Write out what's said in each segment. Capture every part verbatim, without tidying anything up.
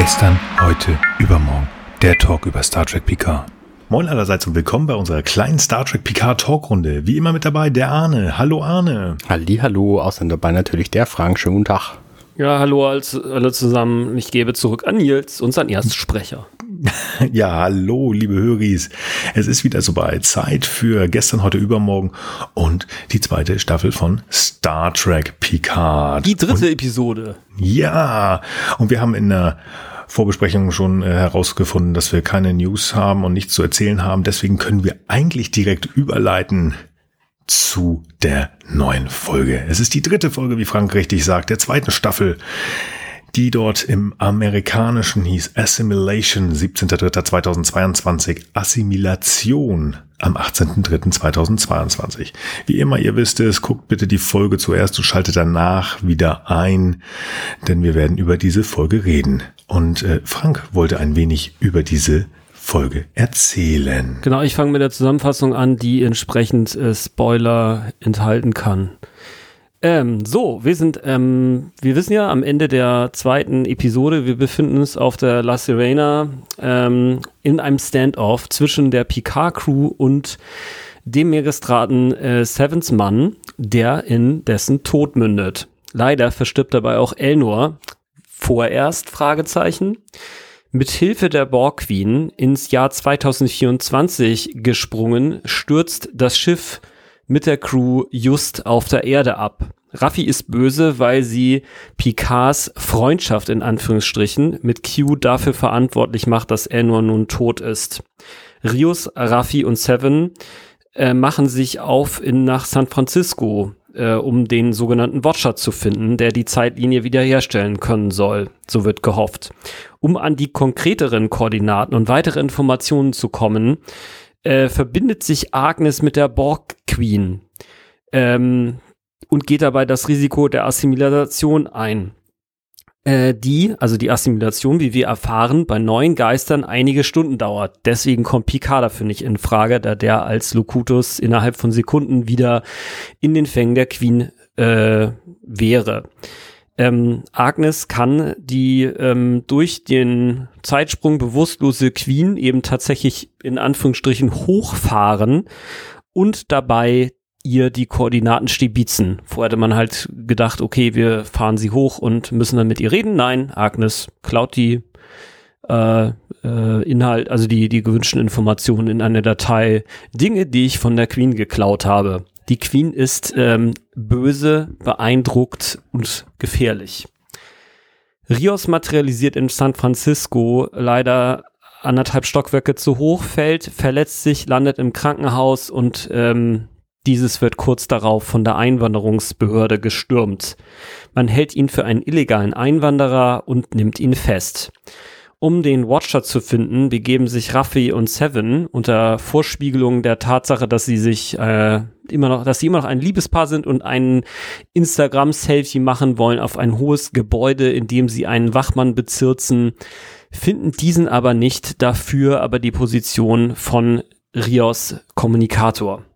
Gestern, heute, übermorgen. Der Talk über Star Trek Picard. Moin allerseits und willkommen bei unserer kleinen Star Trek Picard Talkrunde. Wie immer mit dabei der Arne. Hallo Arne. Hallihallo, außerdem dabei natürlich der Frank. Schönen guten Tag. Ja, hallo als, alle zusammen. Ich gebe zurück an Nils, unseren Erstsprecher. Ja, hallo, liebe Höris. Es ist wieder soweit. Zeit für gestern, heute, übermorgen und die zweite Staffel von Star Trek Picard. Die dritte und, Episode. Ja, und wir haben in der Vorbesprechung schon äh, herausgefunden, dass wir keine News haben und nichts zu erzählen haben. Deswegen können wir eigentlich direkt überleiten zu der neuen Folge. Es ist die dritte Folge, wie Frank richtig sagt, der zweiten Staffel, die dort im Amerikanischen hieß Assimilation, siebzehnter dritter zweitausendzweiundzwanzig, Assimilation am achtzehnter dritter zweitausendzweiundzwanzig. Wie immer, ihr wisst es, guckt bitte die Folge zuerst und schaltet danach wieder ein, denn wir werden über diese Folge reden. Und äh, Frank wollte ein wenig über diese Folge erzählen. Genau, ich fange mit der Zusammenfassung an, die entsprechend äh, Spoiler enthalten kann. Ähm, so, wir sind, ähm, wir wissen ja am Ende der zweiten Episode, wir befinden uns auf der La Sirena ähm, in einem Standoff zwischen der Picard-Crew und dem Magistraten äh, Sevens Mann, der in dessen Tod mündet. Leider verstirbt dabei auch Elnor, vorerst, Fragezeichen. Mit Hilfe der Borg Queen ins Jahr zweitausendvierundzwanzig gesprungen, stürzt das Schiff mit der Crew just auf der Erde ab. Raffi ist böse, weil sie Picards Freundschaft in Anführungsstrichen mit Q dafür verantwortlich macht, dass Elnor nun tot ist. Rios, Raffi und Seven äh, machen sich auf in nach San Francisco, äh, um den sogenannten Watcher zu finden, der die Zeitlinie wiederherstellen können soll. So wird gehofft. Um an die konkreteren Koordinaten und weitere Informationen zu kommen, äh, verbindet sich Agnes mit der Borg Queen ähm, und geht dabei das Risiko der Assimilation ein. Äh, die, also die Assimilation, wie wir erfahren, bei neuen Geistern einige Stunden dauert. Deswegen kommt Picard dafür nicht in Frage, da der als Locutus innerhalb von Sekunden wieder in den Fängen der Queen äh, wäre. Ähm, Agnes kann die ähm, durch den Zeitsprung bewusstlose Queen eben tatsächlich in Anführungsstrichen hochfahren und dabei ihr die Koordinaten stibitzen. Vorher hätte man halt gedacht, okay, wir fahren sie hoch und müssen dann mit ihr reden. Nein, Agnes klaut die äh, äh, Inhalt, also die, die gewünschten Informationen in eine Datei. Dinge, die ich von der Queen geklaut habe. Die Queen ist ähm, böse, beeindruckt und gefährlich. Rios materialisiert in San Francisco leider anderthalb Stockwerke zu hoch, fällt, verletzt sich, landet im Krankenhaus und ähm, dieses wird kurz darauf von der Einwanderungsbehörde gestürmt. Man hält ihn für einen illegalen Einwanderer und nimmt ihn fest. Um den Watcher zu finden, begeben sich Raffi und Seven unter Vorspiegelung der Tatsache, dass sie sich äh, immer noch, dass sie immer noch ein Liebespaar sind und einen Instagram-Selfie machen wollen auf ein hohes Gebäude, in dem sie einen Wachmann bezirzen, finden diesen aber nicht, dafür aber die Position von Rios Kommunikator.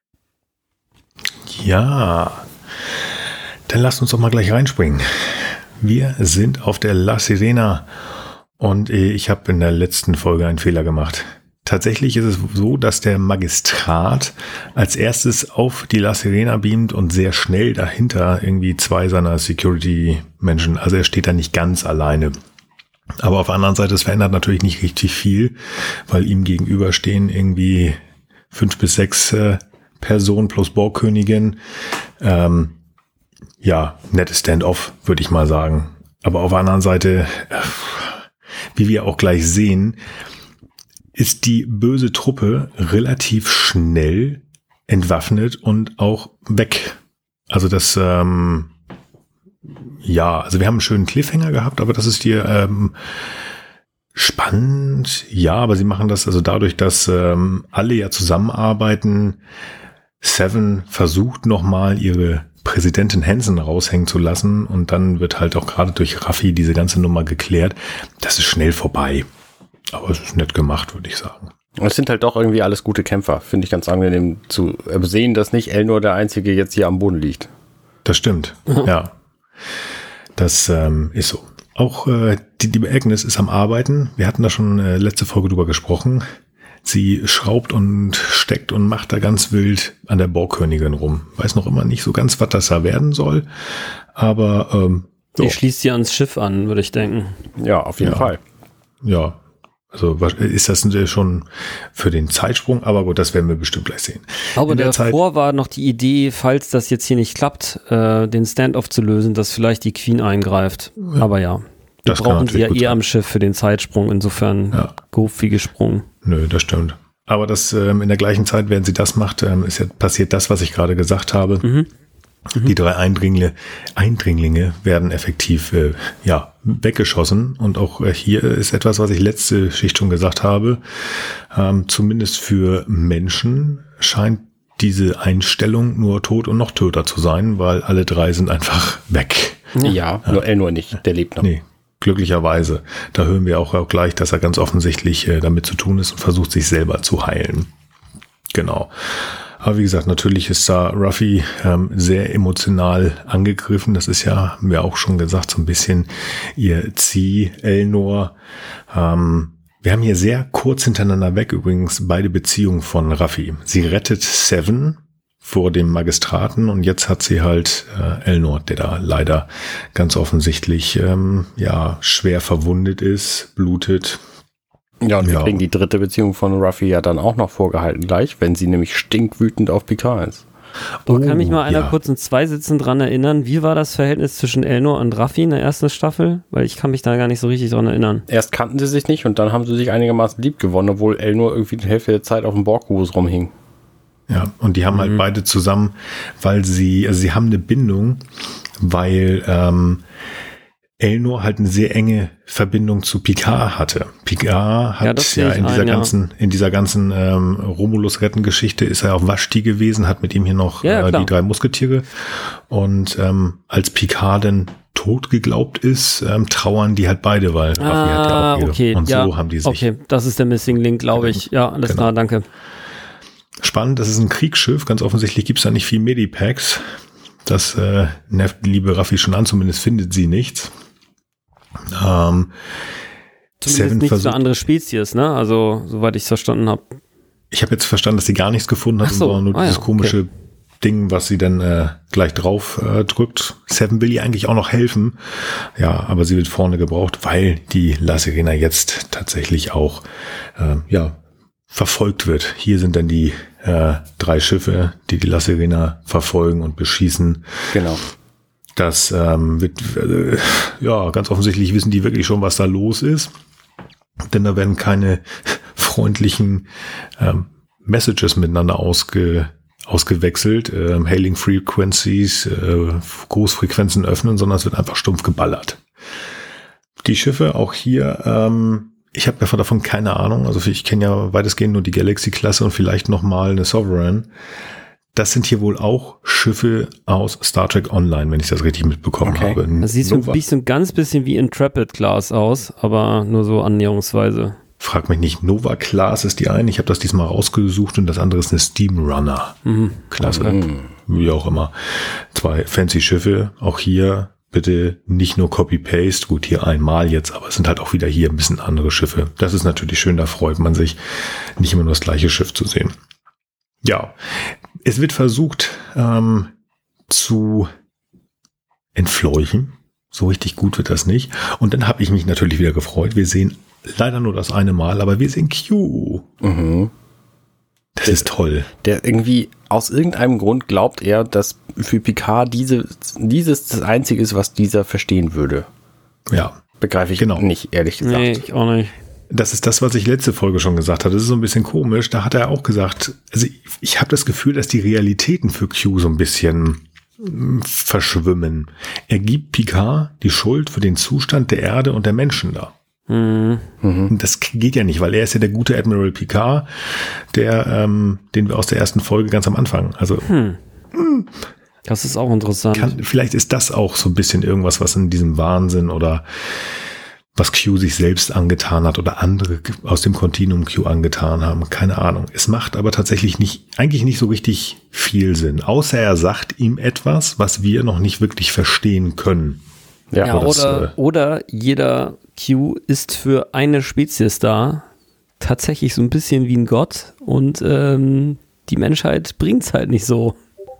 Ja, dann lasst uns doch mal gleich reinspringen. Wir sind auf der La Sirena. Und ich habe in der letzten Folge einen Fehler gemacht. Tatsächlich ist es so, dass der Magistrat als erstes auf die La Sirena beamt und sehr schnell dahinter irgendwie zwei seiner Security-Menschen. Also er steht da nicht ganz alleine. Aber auf der anderen Seite, es verändert natürlich nicht richtig viel, weil ihm gegenüberstehen irgendwie fünf bis sechs äh, Personen plus Borgkönigin. Ähm, ja, nettes Stand-off, würde ich mal sagen. Aber auf der anderen Seite... Äh, wie wir auch gleich sehen, ist die böse Truppe relativ schnell entwaffnet und auch weg. Also das, ähm, ja, also wir haben einen schönen Cliffhanger gehabt, aber das ist hier ähm, spannend. Ja, aber sie machen das also dadurch, dass ähm, alle ja zusammenarbeiten. Seven versucht nochmal ihre Präsidentin Hansen raushängen zu lassen und dann wird halt auch gerade durch Raffi diese ganze Nummer geklärt. Das ist schnell vorbei. Aber es ist nett gemacht, würde ich sagen. Es sind halt doch irgendwie alles gute Kämpfer. Finde ich ganz angenehm zu sehen, dass nicht Elnor der Einzige jetzt hier am Boden liegt. Das stimmt, mhm. Ja. Das ähm, ist so. auch äh, die liebe Agnes ist am Arbeiten. Wir hatten da schon äh, letzte Folge drüber gesprochen. Sie schraubt und steckt und macht da ganz wild an der Borgkönigin rum. Weiß noch immer nicht so ganz, was das da werden soll. Aber ähm, die schließt sie ans Schiff an, würde ich denken. Ja, auf jeden ja. Fall. Ja, also ist das schon für den Zeitsprung? Aber gut, das werden wir bestimmt gleich sehen. Aber der davor Zeit, war noch die Idee, falls das jetzt hier nicht klappt, äh, den Standoff zu lösen, dass vielleicht die Queen eingreift. Ja. Aber ja. Wir brauchen sie ja eh am Schiff für den Zeitsprung, insofern ja. Goof wie gesprungen. Nö, das stimmt. Aber das ähm, in der gleichen Zeit, während sie das macht, ähm, ist ja passiert das, was ich gerade gesagt habe. Mhm. Mhm. Die drei Eindringlinge, Eindringlinge werden effektiv äh, ja weggeschossen. Und auch äh, hier ist etwas, was ich letzte Schicht schon gesagt habe. Ähm, zumindest für Menschen scheint diese Einstellung nur Tod und noch Töter zu sein, weil alle drei sind einfach weg. Ja, ja. nur Elnor nicht, der lebt noch. Nee. Glücklicherweise. Da hören wir auch, auch gleich, dass er ganz offensichtlich äh, damit zu tun ist und versucht, sich selber zu heilen. Genau. Aber wie gesagt, natürlich ist da Ruffy ähm, sehr emotional angegriffen. Das ist ja, haben wir auch schon gesagt, so ein bisschen ihr Zieh, Elnor. Ähm, wir haben hier sehr kurz hintereinander weg übrigens beide Beziehungen von Ruffy. Sie rettet Seven vor dem Magistraten und jetzt hat sie halt äh, Elnor, der da leider ganz offensichtlich ähm, ja schwer verwundet ist, blutet. Ja, und wir ja. kriegen die dritte Beziehung von Ruffy ja dann auch noch vorgehalten gleich, wenn sie nämlich stinkwütend auf Picard ist. Oh, kann mich mal einer ja. kurz in zwei Sitzen dran erinnern, wie war das Verhältnis zwischen Elnor und Ruffy in der ersten Staffel? Weil ich kann mich da gar nicht so richtig dran erinnern. Erst kannten sie sich nicht und dann haben sie sich einigermaßen lieb gewonnen, obwohl Elnor irgendwie die Hälfte der Zeit auf dem Borgkubus rumhing. Ja, und die haben halt mhm. beide zusammen, weil sie, also sie haben eine Bindung, weil ähm, Elnor halt eine sehr enge Verbindung zu Picard hatte. Picard hat ja, ja in dieser ein, ganzen, ja. in dieser ganzen ähm, Romulus-Retten-Geschichte ist er auf Vashti gewesen, hat mit ihm hier noch ja, äh, die drei Musketiere. Und ähm, als Picard dann tot geglaubt ist, ähm, trauern die halt beide, weil ah, Ruffy hat ja auch ihre. Okay, und ja, so haben die sich. Okay, das ist der Missing Link, glaube ich. Ja, alles genau. Klar, danke. Spannend, das ist ein Kriegsschiff. Ganz offensichtlich gibt es da nicht viel Medipacks. Das äh, nervt die liebe Ruffy schon an, zumindest findet sie nichts. Ähm, Zumindest nichts für andere Spezies, ne? Also, soweit ich es verstanden habe. Ich habe jetzt verstanden, dass sie gar nichts gefunden hat, so. und nur ah, dieses ja, komische okay. Ding, was sie dann äh, gleich drauf äh, drückt. Seven will ihr eigentlich auch noch helfen. Ja, aber sie wird vorne gebraucht, weil die La Sirena jetzt tatsächlich auch äh, ja verfolgt wird. Hier sind dann die äh, drei Schiffe, die die La Sirena verfolgen und beschießen. Genau. Das ähm, wird, äh, ja, ganz offensichtlich wissen die wirklich schon, was da los ist. Denn da werden keine freundlichen ähm, Messages miteinander ausge, ausgewechselt, ähm, Hailing Frequencies, äh, Großfrequenzen öffnen, sondern es wird einfach stumpf geballert. Die Schiffe auch hier, ähm, ich habe davon keine Ahnung, also ich kenne ja weitestgehend nur die Galaxy-Klasse und vielleicht nochmal eine Sovereign. Das sind hier wohl auch Schiffe aus Star Trek Online, wenn ich das richtig mitbekommen okay. habe. Das sieht so ein bisschen, ganz bisschen wie Intrepid Class aus, aber nur so annäherungsweise. Frag mich nicht, Nova Class ist die eine. Ich habe das diesmal rausgesucht und das andere ist eine Steam Runner Mhm. Klasse. Okay. Wie auch immer. Zwei fancy Schiffe. Auch hier bitte nicht nur Copy-Paste. Gut, hier einmal jetzt, aber es sind halt auch wieder hier ein bisschen andere Schiffe. Das ist natürlich schön, da freut man sich, nicht immer nur das gleiche Schiff zu sehen. Ja, es wird versucht ähm, zu entfleuchen. So richtig gut wird das nicht. Und dann habe ich mich natürlich wieder gefreut. Wir sehen leider nur das eine Mal, aber wir sehen Q. Mhm. Das der, ist toll. Der irgendwie aus irgendeinem Grund glaubt er, dass für Picard diese, dieses das Einzige ist, was dieser verstehen würde. Ja. Begreife ich genau. nicht, ehrlich gesagt. Nee, ich auch nicht. Das ist das, was ich letzte Folge schon gesagt habe. Das ist so ein bisschen komisch. Da hat er auch gesagt, also ich, ich habe das Gefühl, dass die Realitäten für Q so ein bisschen mh, verschwimmen. Er gibt Picard die Schuld für den Zustand der Erde und der Menschen da. Mhm. Mhm. Das geht ja nicht, weil er ist ja der gute Admiral Picard, der, ähm, den wir aus der ersten Folge ganz am Anfang, also hm. mh, das ist auch interessant. Kann, vielleicht ist das auch so ein bisschen irgendwas, was in diesem Wahnsinn oder was Q sich selbst angetan hat oder andere aus dem Kontinuum Q angetan haben. Keine Ahnung. Es macht aber tatsächlich nicht, eigentlich nicht so richtig viel Sinn. Außer er sagt ihm etwas, was wir noch nicht wirklich verstehen können. Ja, Ja, das, oder, äh, oder jeder Q ist für eine Spezies da, tatsächlich so ein bisschen wie ein Gott und ähm, die Menschheit bringt's halt nicht so.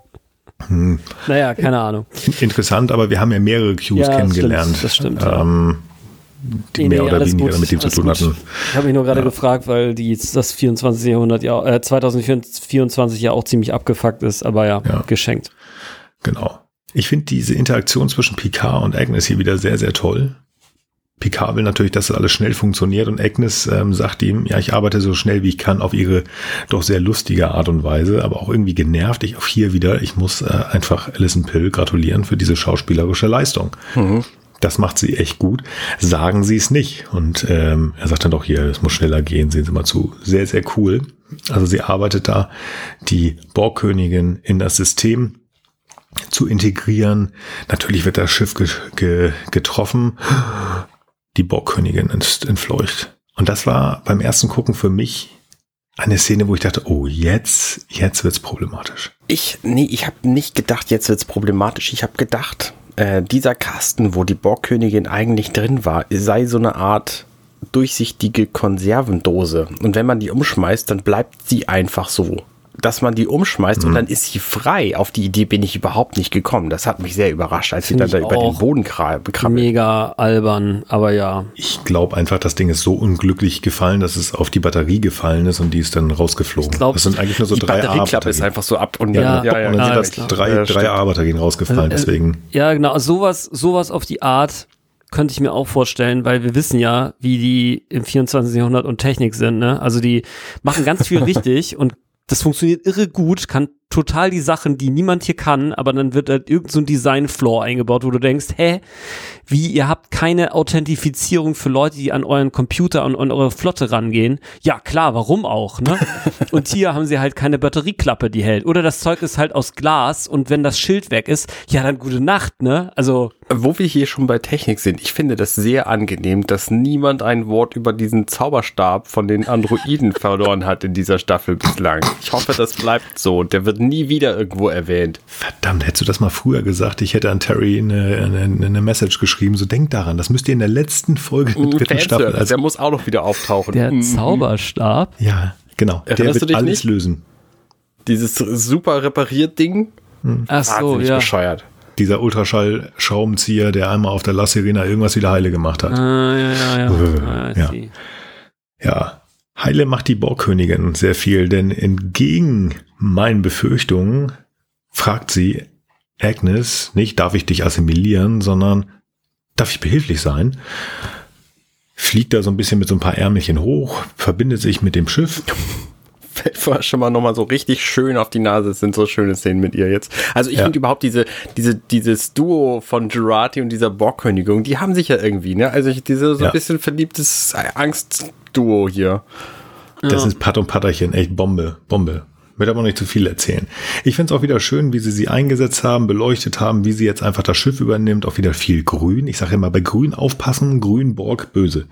Hm. Naja, keine Ahnung. Interessant, aber wir haben ja mehrere Qs Ja, das kennengelernt. stimmt, das stimmt, ja. ähm, die Nee, mehr nee, oder alles weniger gut, mit dem zu alles tun gut. hatten. Ich habe mich nur gerade Ja. gefragt, weil die, das vierundzwanzigste Jahrhundert, ja, äh, zwanzig vierundzwanzig ja auch ziemlich abgefuckt ist, aber ja, Ja. geschenkt. Genau. Ich finde diese Interaktion zwischen Picard und Agnes hier wieder sehr, sehr toll. Picard will natürlich, dass das alles schnell funktioniert und Agnes ähm, sagt ihm, ja, ich arbeite so schnell wie ich kann auf ihre doch sehr lustige Art und Weise, aber auch irgendwie genervt. Ich auch hier wieder, ich muss äh, einfach Alison Pill gratulieren für diese schauspielerische Leistung. Mhm. Das macht sie echt gut. Sagen sie es nicht. Und ähm, er sagt dann doch hier, es muss schneller gehen, sehen Sie mal zu. Sehr, sehr cool. Also sie arbeitet da, die Borgkönigin in das System zu integrieren. Natürlich wird das Schiff ge ge getroffen. Die Borgkönigin ent entfleucht. Und das war beim ersten Gucken für mich eine Szene, wo ich dachte, oh, jetzt, jetzt wird's problematisch. Ich, nee, ich habe nicht gedacht, jetzt wird's problematisch. Ich habe gedacht, äh, dieser Kasten, wo die Borgkönigin eigentlich drin war, sei so eine Art durchsichtige Konservendose. Und wenn man die umschmeißt, dann bleibt sie einfach so. Dass man die umschmeißt Mhm. und dann ist sie frei. Auf die Idee bin ich überhaupt nicht gekommen. Das hat mich sehr überrascht, als sie Find dann da ich über den auch. Boden kra- krabbelt. Mega albern, aber ja. Ich glaube einfach, das Ding ist so unglücklich gefallen, dass es auf die Batterie gefallen ist und die ist dann rausgeflogen. Ich glaub, das sind eigentlich nur so Die drei Batterieklappe ist A-Batterien. einfach so ab und Ja, dann, ja, ja, Und dann ja, sind das klar. drei, Ja, drei stimmt. A-Batterien rausgefallen, Also, äh, deswegen. Ja, genau. Sowas, sowas auf die Art könnte ich mir auch vorstellen, weil wir wissen ja, wie die im vierundzwanzigsten Jahrhundert und Technik sind, ne? Also die machen ganz viel richtig und das funktioniert irre gut, kann total die Sachen, die niemand hier kann, aber dann wird halt irgend so ein Design-Flaw eingebaut, wo du denkst, hä, wie, ihr habt keine Authentifizierung für Leute, die an euren Computer und an eure Flotte rangehen. Ja, klar, warum auch, ne? Und hier haben sie halt keine Batterieklappe, die hält. Oder das Zeug ist halt aus Glas und wenn das Schild weg ist, ja, dann gute Nacht, ne? Also, Wo wir hier schon bei Technik sind, ich finde das sehr angenehm, dass niemand ein Wort über diesen Zauberstab von den Androiden verloren hat in dieser Staffel bislang. Ich hoffe, das bleibt so. Der wird nie wieder irgendwo erwähnt. Verdammt, hättest du das mal früher gesagt, ich hätte an Terry eine, eine, eine Message geschrieben, so denkt daran, das müsst ihr in der letzten Folge der dritten Staffel. Fanservice, Also, der muss auch noch wieder auftauchen. der Mhm. Zauberstab. ja, genau. Der Erinnerst du wird dich alles nicht? lösen. Dieses super repariert Ding. Ach so, Wahnsinnig ja. bescheuert. Dieser Ultraschall-Schraubenzieher, der einmal auf der La Sirena irgendwas wieder heile gemacht hat. Ah, ja, ja, ja. Ah, I Ja. see. Ja, heile macht die Borgkönigin sehr viel, denn entgegen meinen Befürchtungen fragt sie Agnes nicht, darf ich dich assimilieren, sondern darf ich behilflich sein? Fliegt da so ein bisschen mit so ein paar Ärmelchen hoch, verbindet sich mit dem Schiff. Fällt mir schon mal nochmal so richtig schön auf die Nase. Es sind so schöne Szenen mit ihr jetzt. Also ich Ja. finde überhaupt diese, diese, dieses Duo von Jurati und dieser Borgkönigin, die haben sich ja irgendwie, ne? Also ich, diese so ein Ja. bisschen verliebtes Angstduo hier. Das Ja. ist Pat und Patterchen, echt Bombe, Bombe. Wird aber nicht zu viel erzählen. Ich finde es auch wieder schön, wie sie sie eingesetzt haben, beleuchtet haben, wie sie jetzt einfach das Schiff übernimmt. Auch wieder viel Grün. Ich sage immer, bei Grün aufpassen, Grün, Borg, böse.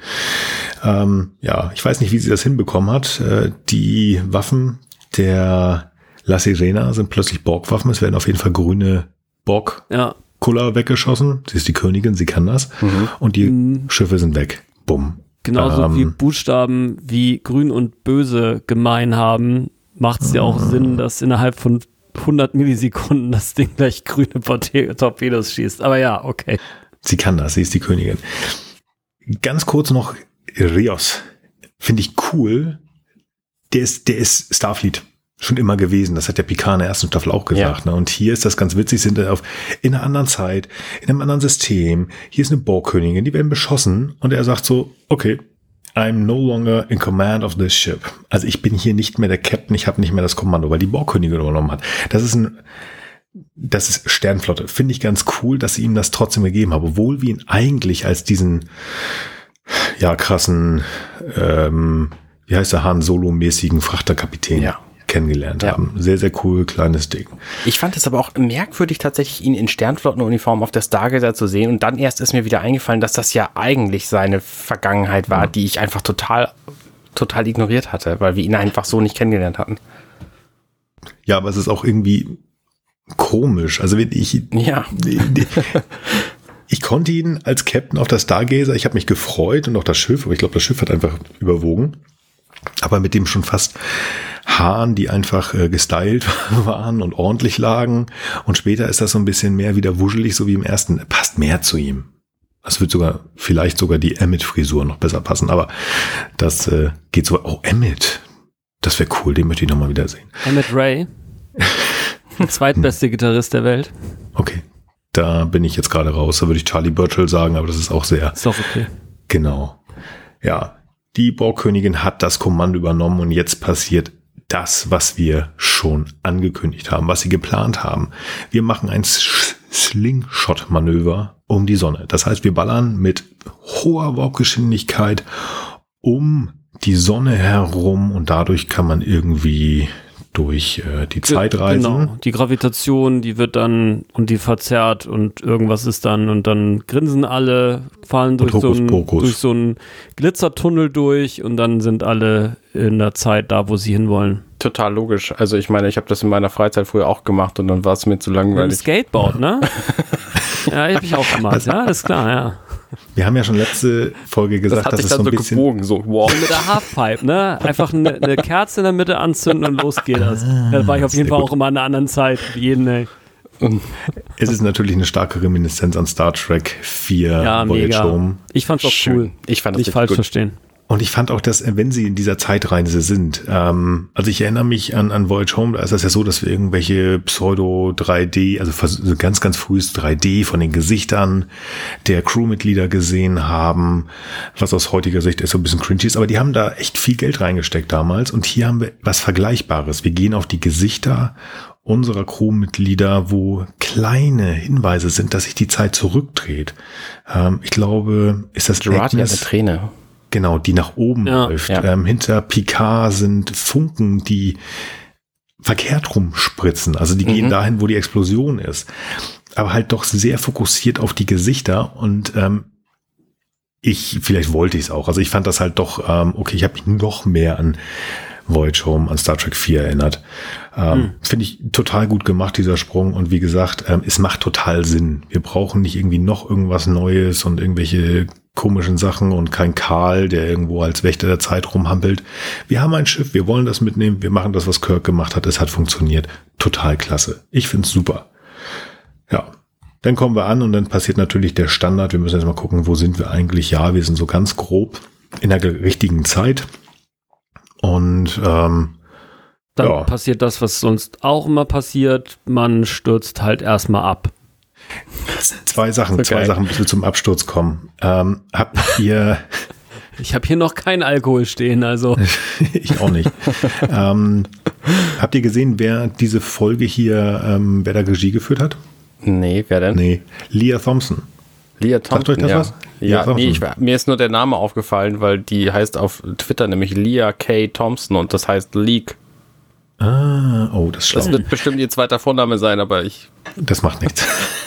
Ähm, ja, ich weiß nicht, wie sie das hinbekommen hat. Äh, die Waffen der La Sirena sind plötzlich Borg-Waffen. Es werden auf jeden Fall grüne Borg-Kuller Ja, weggeschossen. Sie ist die Königin, sie kann das. Und die Mhm. Schiffe sind weg. Bumm. genauso Ähm, wie Buchstaben wie grün und böse gemein haben, macht es ja auch Sinn, dass innerhalb von hundert Millisekunden das Ding gleich grüne Porte- Torpedos schießt. Aber ja, okay. Sie kann das, sie ist die Königin. Ganz kurz noch Rios. Finde ich cool. Der ist, der ist Starfleet schon immer gewesen. Das hat der Picard in der ersten Staffel auch gesagt. Ne? Und hier ist das ganz witzig, sind auf, in einer anderen Zeit, in einem anderen System. Hier ist eine Borgkönigin, die werden beschossen. Und er sagt so, okay, I'm no longer in command of this ship. Also ich bin hier nicht mehr der Captain, ich habe nicht mehr das Kommando, weil die Borgkönigin übernommen hat. Das ist ein, das ist Sternflotte. Finde ich ganz cool, dass sie ihm das trotzdem gegeben haben, obwohl wir ihn eigentlich als diesen, ja, krassen, ähm, wie heißt der, Han Solo-mäßigen Frachterkapitän Ja. kennengelernt Ja. haben. Sehr, sehr cool, kleines Ding. Ich fand es aber auch merkwürdig, tatsächlich ihn in Sternflottenuniform auf der Stargazer zu sehen. Und dann erst ist mir wieder eingefallen, dass das ja eigentlich seine Vergangenheit war, die ich einfach total, total ignoriert hatte, weil wir ihn einfach so nicht kennengelernt hatten. Ja, aber es ist auch irgendwie komisch. Also wenn ich, Ja. ich konnte ihn als Captain auf der Stargazer, ich habe mich gefreut und auch das Schiff, aber ich glaube, das Schiff hat einfach überwogen. Aber mit dem schon fast Haaren, die einfach äh, gestylt waren und ordentlich lagen. Und später ist das so ein bisschen mehr wieder wuschelig, so wie im ersten. Passt mehr zu ihm. Das wird sogar, vielleicht sogar die Emmett-Frisur noch besser passen. Aber das äh, geht so. Oh, Emmett. Das wäre cool, den möchte ich nochmal wieder sehen. Emmett Ray. Der zweitbeste Gitarrist der Welt. Okay, da bin ich jetzt gerade raus. Da würde ich Charlie Burchill sagen, aber das ist auch sehr... Ist doch okay. Genau. Ja, die Borgkönigin hat das Kommando übernommen und jetzt passiert das, was wir schon angekündigt haben, was sie geplant haben. Wir machen ein Slingshot-Manöver um die Sonne. Das heißt, wir ballern mit hoher Warpgeschwindigkeit um die Sonne herum und dadurch kann man irgendwie durch äh, die Zeit reisen. Genau, die Gravitation, die wird dann und die verzerrt und irgendwas ist dann und dann grinsen alle, fallen durch so, einen, durch so einen Glitzertunnel durch und dann sind alle in der Zeit da, wo sie hinwollen. Total logisch. Also ich meine, ich habe das in meiner Freizeit früher auch gemacht und dann war es mir zu langweilig. Ein Skateboard, ne? Ja, habe ich auch gemacht. Ja, ist klar, ja. Wir haben ja schon letzte Folge gesagt, das hat dass sich es dann so ein so bisschen gebogen, so wow. Mit der Halfpipe, ne? Einfach eine, eine Kerze in der Mitte anzünden und los geht das. Da war ich auf jeden Fall auch immer in einer anderen Zeit. Jeden, ey. Es ist natürlich eine starke Reminiszenz an Star Trek vier. Ja, mega. Home. Ich fand's auch Schön. cool. Ich fand das nicht falsch gut. verstehen. Und ich fand auch, dass, wenn sie in dieser Zeitreise sind, ähm, also ich erinnere mich an, an Voyage Home, da ist das ja so, dass wir irgendwelche Pseudo drei D, also ganz, ganz frühes drei D von den Gesichtern der Crewmitglieder gesehen haben, was aus heutiger Sicht ist so ein bisschen cringy ist, aber die haben da echt viel Geld reingesteckt damals und hier haben wir was Vergleichbares. Wir gehen auf die Gesichter unserer Crewmitglieder, wo kleine Hinweise sind, dass sich die Zeit zurückdreht. Ähm, ich glaube, ist das Gerard hat eine Träne. Genau, die nach oben ja, läuft. Ja. Ähm, hinter Picard sind Funken, die verkehrt rumspritzen. Also die mhm. gehen dahin, wo die Explosion ist. Aber halt doch sehr fokussiert auf die Gesichter. Und ähm, ich, vielleicht wollte ich es auch. Also ich fand das halt doch, ähm, okay, ich habe mich noch mehr an Voyage Home, an Star Trek vier erinnert. Ähm, mhm. Finde ich total gut gemacht, dieser Sprung. Und wie gesagt, ähm, es macht total Sinn. Wir brauchen nicht irgendwie noch irgendwas Neues und irgendwelche komischen Sachen und kein Karl, der irgendwo als Wächter der Zeit rumhampelt. Wir haben ein Schiff, wir wollen das mitnehmen, wir machen das, was Kirk gemacht hat, es hat funktioniert. Total klasse. Ich finde es super. Ja, dann kommen wir an und dann passiert natürlich der Standard. Wir müssen jetzt mal gucken, wo sind wir eigentlich? Ja, wir sind so ganz grob in der richtigen Zeit. Und ähm, dann ja. passiert das, was sonst auch immer passiert. Man stürzt halt erstmal ab. Zwei Sachen, so zwei geil. Sachen, bis wir zum Absturz kommen. Ähm, habt ihr... Ich habe hier noch keinen Alkohol stehen, also... Ich auch nicht. ähm, habt ihr gesehen, wer diese Folge hier, ähm, wer da Regie geführt hat? Nee, wer denn? Nee, Leah Thompson. Leah Thompson, Sagt euch das ja. was? Ja, nee, ich, mir ist nur der Name aufgefallen, weil die heißt auf Twitter nämlich Leah K. Thompson und das heißt Leak. Ah, oh, das ist schlau. Das wird bestimmt ihr zweiter Vorname sein, aber ich... Das macht nichts.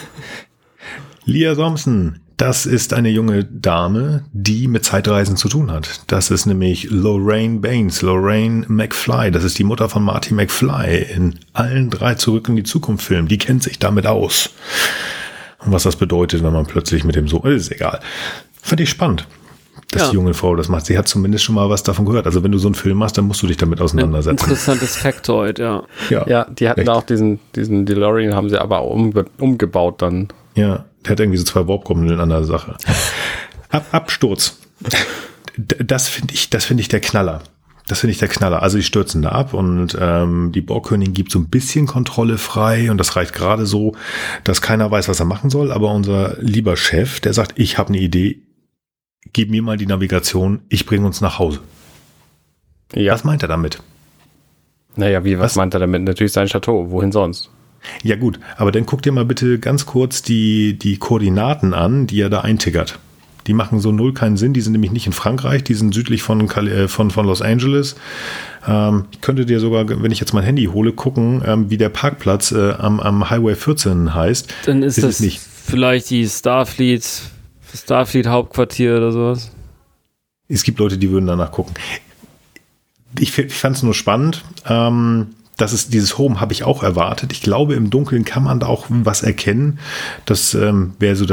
Leah Thompson, das ist eine junge Dame, die mit Zeitreisen zu tun hat. Das ist nämlich Lorraine Baines, Lorraine McFly. Das ist die Mutter von Marty McFly in allen drei Zurück in die Zukunft Filmen. Die kennt sich damit aus. Und was das bedeutet, wenn man plötzlich mit dem so, ist egal. Fand ich spannend, dass Ja. die junge Frau das macht. Sie hat zumindest schon mal was davon gehört. Also wenn du so einen Film machst, dann musst du dich damit auseinandersetzen. Interessantes Factoid, ja. Ja, die hatten echt. da auch diesen, diesen DeLorean, haben sie aber umge umgebaut dann. Ja, der hat irgendwie so zwei Warp-Kumpeln an der Sache. Ab, Absturz. D- Das finde ich, das finde ich der Knaller. Das finde ich der Knaller. Also die stürzen da ab und ähm, die Borgkönigin gibt so ein bisschen Kontrolle frei und das reicht gerade so, dass keiner weiß, was er machen soll. Aber unser lieber Chef, der sagt, ich habe eine Idee, gib mir mal die Navigation, ich bringe uns nach Hause. Ja. Was meint er damit? Naja, wie, was, Was? meint er damit? Natürlich sein Chateau, wohin sonst? Ja gut, aber dann guck dir mal bitte ganz kurz die, die Koordinaten an, die er da eintickert. Die machen so null keinen Sinn, die sind nämlich nicht in Frankreich, die sind südlich von, Kal- äh, von, von Los Angeles. Ähm, ich könnte dir sogar, wenn ich jetzt mein Handy hole, gucken, ähm, wie der Parkplatz äh, am, am Highway vierzehn heißt. Dann ist, Ist das es nicht. vielleicht die Starfleet, Starfleet Hauptquartier oder sowas. Es gibt Leute, die würden danach gucken. Ich, f- ich fand es nur spannend. Ähm, das ist, dieses Home habe ich auch erwartet. Ich glaube, im Dunkeln kann man da auch was erkennen. Das ähm, wäre so das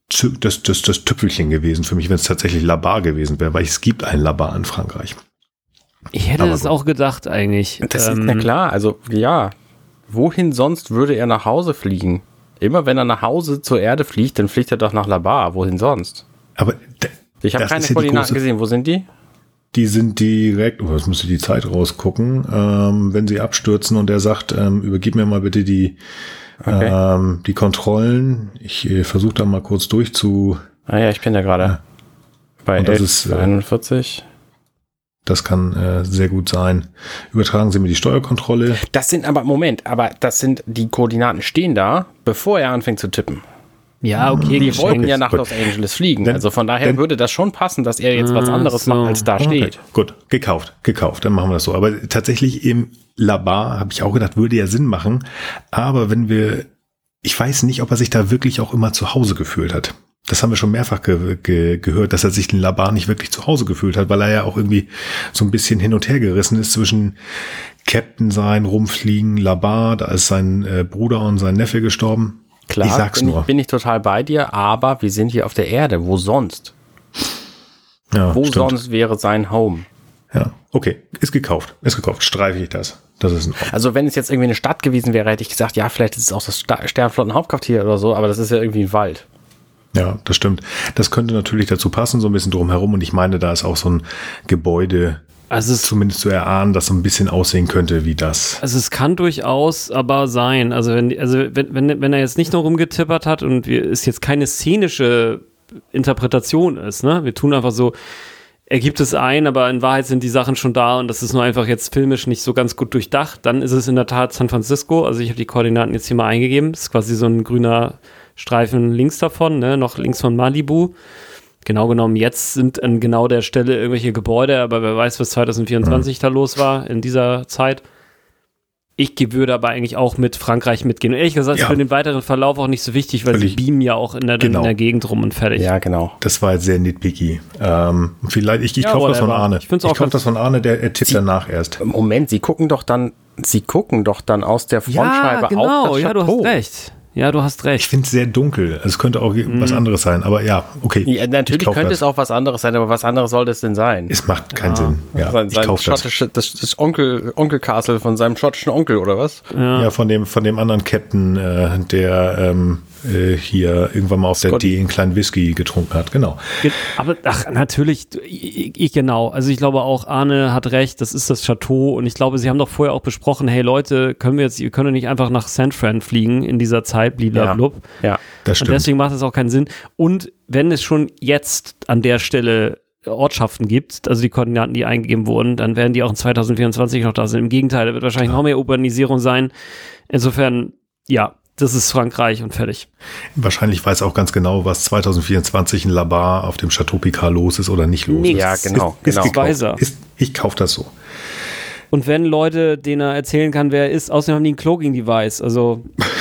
das, das, das Tüpfelchen gewesen für mich, wenn es tatsächlich Labar gewesen wäre, weil es gibt ein Labar in Frankreich. Ich hätte Aber das gut. auch gedacht eigentlich. Das ist Ähm, ja klar, also ja, wohin sonst würde er nach Hause fliegen? Immer wenn er nach Hause zur Erde fliegt, dann fliegt er doch nach Labar, wohin sonst? Aber d- Ich habe das keine ist ja die Koordinaten große- gesehen, wo sind die? Die sind direkt, oh, jetzt müsste die Zeit rausgucken, ähm, wenn sie abstürzen und er sagt, ähm, übergib mir mal bitte die, Okay. ähm, die Kontrollen. Ich äh, versuche da mal kurz durchzu. Ah ja, ich bin ja gerade bei Und das elf ist, äh, einundvierzig. Das kann äh, sehr gut sein. Übertragen Sie mir die Steuerkontrolle. Das sind aber, Moment, aber das sind, die Koordinaten stehen da, bevor er anfängt zu tippen. ja, okay, Die geschenkt. wollten ja nach gut. Los Angeles fliegen. Dann- also von daher dann- würde das schon passen, dass er jetzt was Ah, anderes so. macht, als da steht. Okay, gut, gekauft, gekauft, dann machen wir das so. Aber tatsächlich im Labar, habe ich auch gedacht, würde ja Sinn machen. Aber wenn wir, ich weiß nicht, ob er sich da wirklich auch immer zu Hause gefühlt hat. Das haben wir schon mehrfach ge ge gehört, dass er sich in Labar nicht wirklich zu Hause gefühlt hat, weil er ja auch irgendwie so ein bisschen hin und her gerissen ist zwischen Captain sein, rumfliegen, Labar, da ist sein äh, Bruder und sein Neffe gestorben. Klar, ich sag's bin, nur. Ich, bin ich total bei dir, aber wir sind hier auf der Erde. Wo sonst? Ja, Wo stimmt. sonst wäre sein Home? Ja, okay, ist gekauft, ist gekauft, streife ich das. Das ist in Ordnung. Also wenn es jetzt irgendwie eine Stadt gewesen wäre, hätte ich gesagt, ja, vielleicht ist es auch das Sta- Sternflotten-Hauptquartier oder so, aber das ist ja irgendwie ein Wald. Ja, das stimmt. Das könnte natürlich dazu passen, so ein bisschen drumherum. Und ich meine, da ist auch so ein Gebäude, Also es, zumindest zu erahnen, das so ein bisschen aussehen könnte wie das. also es kann durchaus aber sein. Also wenn, also wenn, wenn, wenn er jetzt nicht nur rumgetippert hat und wir, es jetzt keine szenische Interpretation ist, ne? Wir tun einfach so, er gibt es ein, aber in Wahrheit sind die Sachen schon da und das ist nur einfach jetzt filmisch nicht so ganz gut durchdacht. Dann ist es in der Tat San Francisco. Also ich habe die Koordinaten jetzt hier mal eingegeben. Das ist quasi so ein grüner Streifen links davon, ne? Noch links von Malibu. Genau genommen, jetzt sind an genau der Stelle irgendwelche Gebäude, aber wer weiß, was zwanzig vierundzwanzig mhm. da los war in dieser Zeit. Ich würde aber eigentlich auch mit Frankreich mitgehen. Und ehrlich gesagt, Ja. ist für den weiteren Verlauf auch nicht so wichtig, weil Völlig. sie beamen ja auch in der, Genau. in der Gegend rum und fertig. Ja, genau. Das war jetzt sehr nitpicky. Ähm, vielleicht, ich, ich Ja, kaufe das von whatever. Arne. Ich find's auch ich kaufe ganz- das von Arne, der er tippt danach erst. Moment, sie gucken doch dann, sie gucken doch dann aus der Ja, Frontscheibe genau. auf das Ja, du Chateau. hast recht. Ja, du hast Ich recht. finde es sehr dunkel. Also es könnte auch was anderes sein. Aber ja, okay. Ja, ich natürlich kauf könnte das. es auch was anderes sein, aber was anderes sollte es denn sein? Es macht keinen Sinn. Ja, sein ich sein kaufe das. schottische, das, das Onkel, Onkel-Castle von seinem schottischen Onkel, oder was? Ja. Ja, von dem, von dem anderen Captain, äh, der ähm, äh, hier irgendwann mal auf der Scotty. D einen kleinen Whisky getrunken hat. Genau. Ge- Aber ach, natürlich, ich, ich genau. Also ich glaube auch, Arne hat recht, das ist das Chateau und ich glaube, sie haben doch vorher auch besprochen, hey Leute, können wir jetzt, ihr könnt doch nicht einfach nach San Fran fliegen in dieser Zeit, bliblablub. Ja. Das Und stimmt. deswegen macht es auch keinen Sinn. Und wenn es schon jetzt an der Stelle Ortschaften gibt, also die Koordinaten, die eingegeben wurden, dann werden die auch in zwanzig vierundzwanzig noch da sein. Im Gegenteil, da wird wahrscheinlich noch mehr Urbanisierung sein. Insofern, ja, das ist Frankreich und fertig. Wahrscheinlich weiß auch ganz genau, was zwanzig vierundzwanzig in Labar auf dem Chateau Picard los ist oder nicht los Nee, ist. ja, genau, Ist, ist genau. Weiß er. gekauft. Ist, ich kaufe das so. Und wenn Leute, denen er erzählen kann, wer er ist, außerdem haben die ein Cloaking-Device, also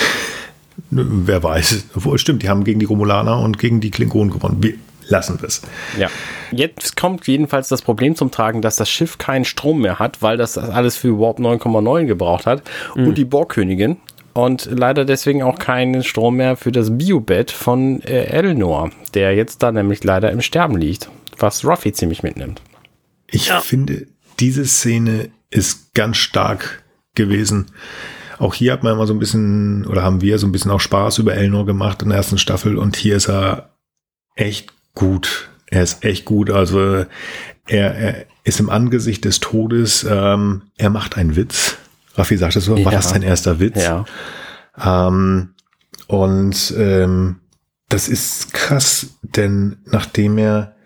Nö, Wer weiß. Obwohl, stimmt, die haben gegen die Romulaner und gegen die Klingonen gewonnen. Wir lassen wir es. Ja. Jetzt kommt jedenfalls das Problem zum Tragen, dass das Schiff keinen Strom mehr hat, weil das alles für Warp neun Komma neun gebraucht hat Mhm. und die Borgkönigin und leider deswegen auch keinen Strom mehr für das Biobett von äh, Elnor, der jetzt da nämlich leider im Sterben liegt, was Ruffy ziemlich mitnimmt. Ich finde, diese Szene ist ganz stark gewesen. Auch hier hat man immer so ein bisschen, oder haben wir so ein bisschen auch Spaß über Elnor gemacht in der ersten Staffel und hier ist er echt gut. Er ist echt gut. Also er, er ist im Angesicht des Todes, ähm, er macht einen Witz. Raffi sagte so, war Ja. das dein erster Witz? Ja. Ähm, und ähm, das ist krass, denn nachdem er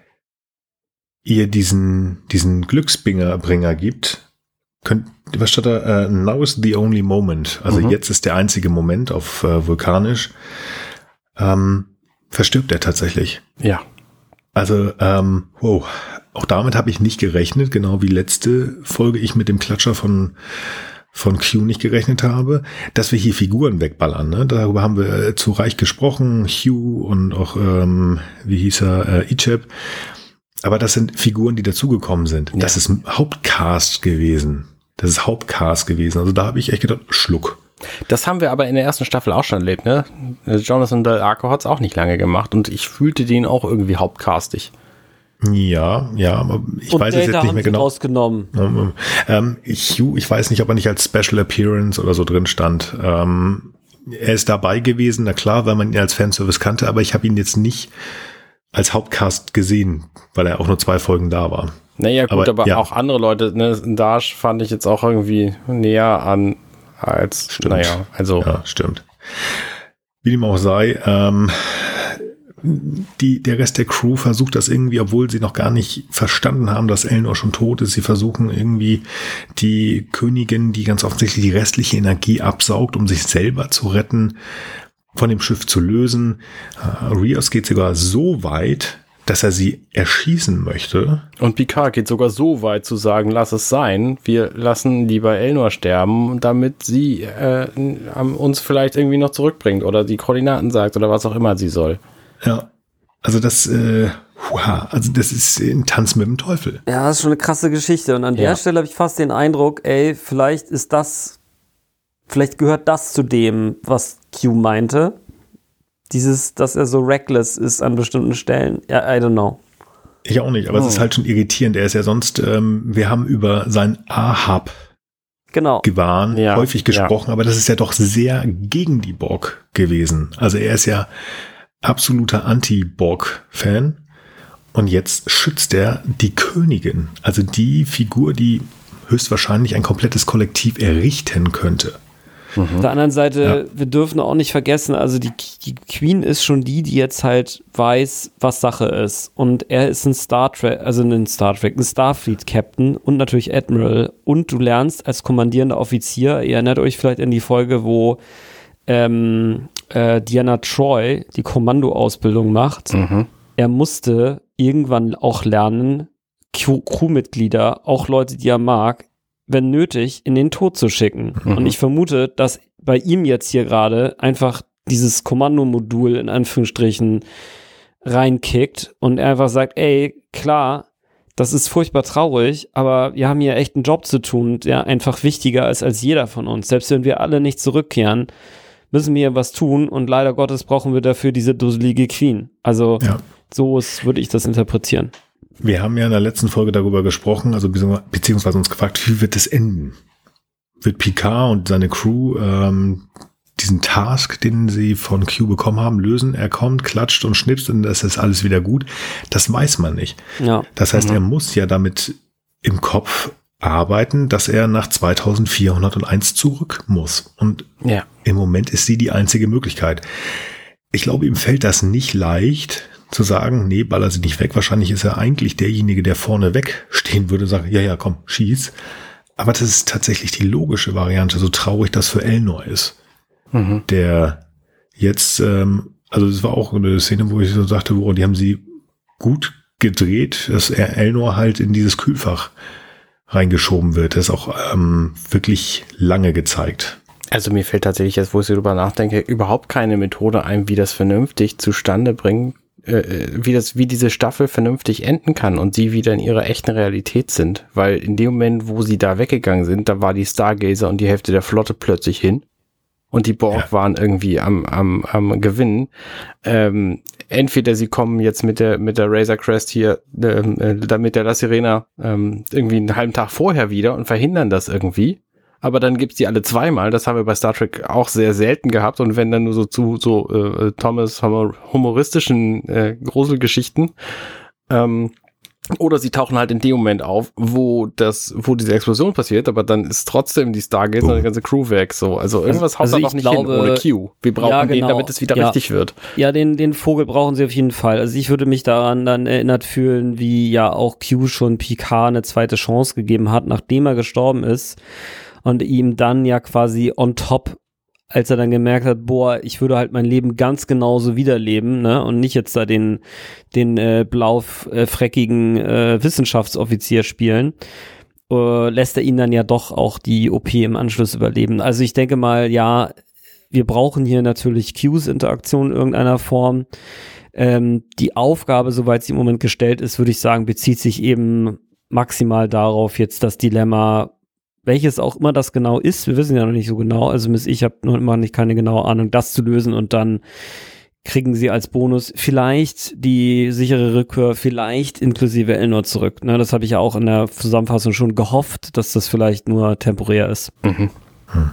ihr diesen, diesen Glücksbringer Bringer gibt, könnt, was steht da? Uh, now is the only moment. Also Mhm. jetzt ist der einzige Moment auf äh, Vulkanisch. Ähm, verstirbt er tatsächlich. Ja. Also, ähm, wow, auch damit habe ich nicht gerechnet, genau wie letzte Folge ich mit dem Klatscher von von Q nicht gerechnet habe, dass wir hier Figuren wegballern. Ne? Darüber haben wir äh, zu Reich gesprochen, Hugh und auch, ähm, wie hieß er, äh, Icheb. Aber das sind Figuren, die dazugekommen sind. Ja. Das ist ein Hauptcast gewesen. Das ist Hauptcast gewesen. Also da habe ich echt gedacht, Schluck. Das haben wir aber in der ersten Staffel auch schon erlebt, ne? Jonathan Del Arco hat es auch nicht lange gemacht und ich fühlte den auch irgendwie hauptcastig. Ja, ja, aber ich und weiß Data es jetzt nicht mehr genau. Rausgenommen. Ähm, ähm, ich, ich weiß nicht, ob er nicht als Special Appearance oder so drin stand. Ähm, er ist dabei gewesen, na klar, weil man ihn als Fanservice kannte, aber ich habe ihn jetzt nicht als Hauptcast gesehen, weil er auch nur zwei Folgen da war. Naja, gut, aber, aber ja. auch andere Leute, ne, Dash fand ich jetzt auch irgendwie näher an als, Stimmt. naja, also. Ja, stimmt. Wie dem auch sei, ähm, die, der Rest der Crew versucht das irgendwie, obwohl sie noch gar nicht verstanden haben, dass Elnor schon tot ist. Sie versuchen irgendwie die Königin, die ganz offensichtlich die restliche Energie absaugt, um sich selber zu retten, von dem Schiff zu lösen. Uh, Rios geht sogar so weit, dass er sie erschießen möchte. Und Picard geht sogar so weit zu sagen, lass es sein, wir lassen lieber Elnor sterben, damit sie äh, uns vielleicht irgendwie noch zurückbringt oder die Koordinaten sagt oder was auch immer sie soll. Ja, also das, äh, wow, also das ist ein Tanz mit dem Teufel. Ja, das ist schon eine krasse Geschichte. Und an der Ja. Stelle habe ich fast den Eindruck, ey, vielleicht ist das, vielleicht gehört das zu dem, was Q meinte. Dieses, dass er so reckless ist an bestimmten Stellen. Ja, I don't know. Ich auch nicht, aber Oh. es ist halt schon irritierend. Er ist ja sonst, ähm, wir haben über sein Ahab Genau. Gewahren Ja, häufig gesprochen, aber das ist ja doch sehr gegen die Borg gewesen. Also er ist ja absoluter Anti-Borg-Fan und jetzt schützt er die Königin, also die Figur, die höchstwahrscheinlich ein komplettes Kollektiv errichten könnte. Auf der anderen Seite, wir dürfen auch nicht vergessen, also die, die Queen ist schon die, die jetzt halt weiß, was Sache ist. Und er ist ein Star Trek, also ein Star Trek, ein Starfleet-Captain und natürlich Admiral. Und du lernst als kommandierender Offizier, ihr erinnert euch vielleicht an die Folge, wo ähm, äh, Deanna Troi die Kommandoausbildung macht. Mhm. Er musste irgendwann auch lernen, Crew- Crewmitglieder, auch Leute, die er mag, wenn nötig, in den Tod zu schicken. Mhm. Und ich vermute, dass bei ihm jetzt hier gerade einfach dieses Kommandomodul in Anführungsstrichen reinkickt und er einfach sagt, ey, klar, das ist furchtbar traurig, aber wir haben hier echt einen Job zu tun, der einfach wichtiger ist als jeder von uns. Selbst wenn wir alle nicht zurückkehren, müssen wir hier was tun und leider Gottes brauchen wir dafür diese dusselige Queen. Also Ja. so ist, würde ich das interpretieren. Wir haben ja in der letzten Folge darüber gesprochen, also beziehungsweise uns gefragt, wie wird es enden? Wird Picard und seine Crew ähm, diesen Task, den sie von Q bekommen haben, lösen? Er kommt, klatscht und schnipst und das ist alles wieder gut. Das weiß man nicht. Ja. Das heißt, Mhm. er muss ja damit im Kopf arbeiten, dass er nach zweitausendvierhunderteins zurück muss. Und Ja. im Moment ist sie die einzige Möglichkeit. Ich glaube, ihm fällt das nicht leicht zu sagen, nee, baller sie nicht weg. Wahrscheinlich ist er eigentlich derjenige, der vorne weg stehen würde, sagen, ja, ja, komm, schieß. Aber das ist tatsächlich die logische Variante, so traurig das für Elnor ist. Mhm. Der jetzt, ähm, also das war auch eine Szene, wo ich so sagte, wo die haben sie gut gedreht, dass er Elnor halt in dieses Kühlfach reingeschoben wird. Das ist auch ähm, wirklich lange gezeigt. Also mir fällt tatsächlich jetzt, wo ich darüber nachdenke, überhaupt keine Methode ein, wie das vernünftig zustande bringen, äh, wie das, wie diese Staffel vernünftig enden kann und sie wieder in ihrer echten Realität sind. Weil in dem Moment, wo sie da weggegangen sind, da war die Stargazer und die Hälfte der Flotte plötzlich hin. Und die Borg Ja. waren irgendwie am, am, am Gewinnen. Ähm, entweder sie kommen jetzt mit der, mit der Razor Crest hier, ähm, äh, damit der La Sirena ähm, irgendwie einen halben Tag vorher wieder und verhindern das irgendwie. Aber dann gibt's die alle zweimal. Das haben wir bei Star Trek auch sehr selten gehabt. Und wenn dann nur so zu so äh, Thomas humor- humoristischen äh, Gruselgeschichten. Ähm, oder sie tauchen halt in dem Moment auf, wo das, wo diese Explosion passiert, aber dann ist trotzdem die Stargazer und die ganze Crew weg. So, also irgendwas haut also da ich noch nicht glaube- hin ohne Q. Wir brauchen Ja, den, genau. damit es wieder Ja. richtig wird. Ja, den, den Vogel brauchen sie auf jeden Fall. Also ich würde mich daran dann erinnert fühlen, wie ja auch Q schon Picard eine zweite Chance gegeben hat, nachdem er gestorben ist und ihm dann ja quasi on top, als er dann gemerkt hat, boah, ich würde halt mein Leben ganz genauso wiederleben, ne, und nicht jetzt da den, den äh, blau-freckigen äh, Wissenschaftsoffizier spielen, äh, lässt er ihn dann ja doch auch die O P im Anschluss überleben. Also ich denke mal, ja, wir brauchen hier natürlich Qs Interaktion in irgendeiner Form. Ähm, die Aufgabe, soweit sie im Moment gestellt ist, würde ich sagen, bezieht sich eben maximal darauf, jetzt das Dilemma welches auch immer das genau ist, wir wissen ja noch nicht so genau, also ich habe noch immer nicht keine genaue Ahnung, das zu lösen und dann kriegen sie als Bonus vielleicht die sichere Rückkehr, vielleicht inklusive Elnor zurück. Ne, das habe ich ja auch in der Zusammenfassung schon gehofft, dass das vielleicht nur temporär ist. Mhm. Hm.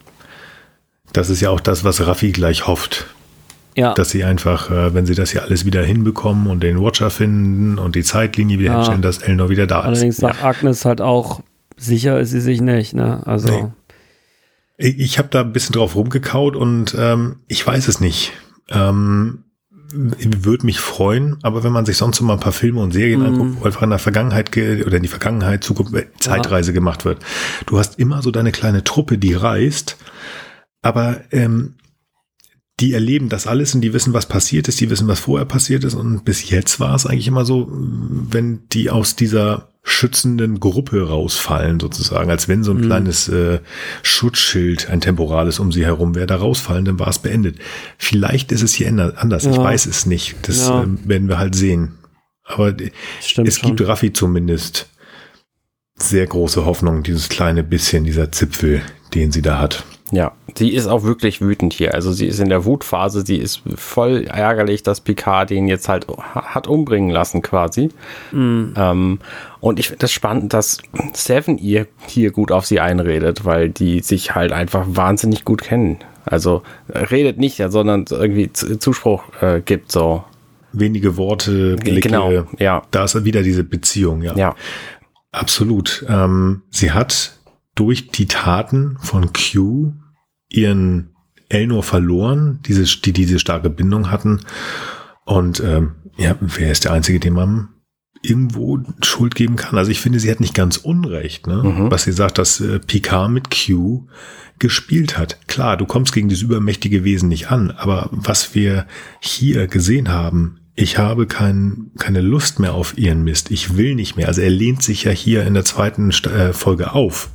Das ist ja auch das, was Raffi gleich hofft. Ja. Dass sie einfach, äh, wenn sie das hier alles wieder hinbekommen und den Watcher finden und die Zeitlinie wieder ja. hinstellen, dass Elnor wieder da Allerdings ist. Allerdings sagt ja. Agnes halt auch, sicher ist sie sich nicht. Ne? Also nee. Ich, ich habe da ein bisschen drauf rumgekaut und ähm, ich weiß es nicht. Ähm, würde mich freuen, aber wenn man sich sonst so mal ein paar Filme und Serien mm. anguckt, wo einfach in der Vergangenheit ge- oder in die Vergangenheit, Zukunft, Zeitreise ja. gemacht wird. Du hast immer so deine kleine Truppe, die reist, aber ähm, die erleben das alles und die wissen, was passiert ist, die wissen, was vorher passiert ist und bis jetzt war es eigentlich immer so, wenn die aus dieser schützenden Gruppe rausfallen sozusagen, als wenn so ein mhm. kleines äh, Schutzschild, ein temporales um sie herum wäre, da rausfallen, dann war es beendet. Vielleicht ist es hier anders, ja. ich weiß es nicht, das ja. äh, werden wir halt sehen. Aber Stimmt es schon. Gibt Raffi zumindest sehr große Hoffnung, dieses kleine bisschen, dieser Zipfel, den sie da hat. Ja, sie ist auch wirklich wütend hier. Also sie ist in der Wutphase, sie ist voll ärgerlich, dass Picard den jetzt halt hat umbringen lassen quasi. Mhm. Ähm, und ich finde das spannend, dass Seven ihr hier gut auf sie einredet, weil die sich halt einfach wahnsinnig gut kennen. Also redet nicht, sondern irgendwie Zuspruch äh, gibt so. Wenige Worte, Blicke. Genau, ja. Da ist wieder diese Beziehung, ja. Ja. Absolut. Ähm, sie hat durch die Taten von Q ihren Elnor verloren, diese, die diese starke Bindung hatten. Und ähm, ja, wer ist der Einzige, dem man irgendwo Schuld geben kann? Also ich finde, sie hat nicht ganz unrecht, ne? Mhm. Was sie sagt, dass äh, Picard mit Q gespielt hat. Klar, du kommst gegen dieses übermächtige Wesen nicht an, aber was wir hier gesehen haben, ich habe kein, keine Lust mehr auf ihren Mist. Ich will nicht mehr. Also er lehnt sich ja hier in der zweiten äh, Folge auf.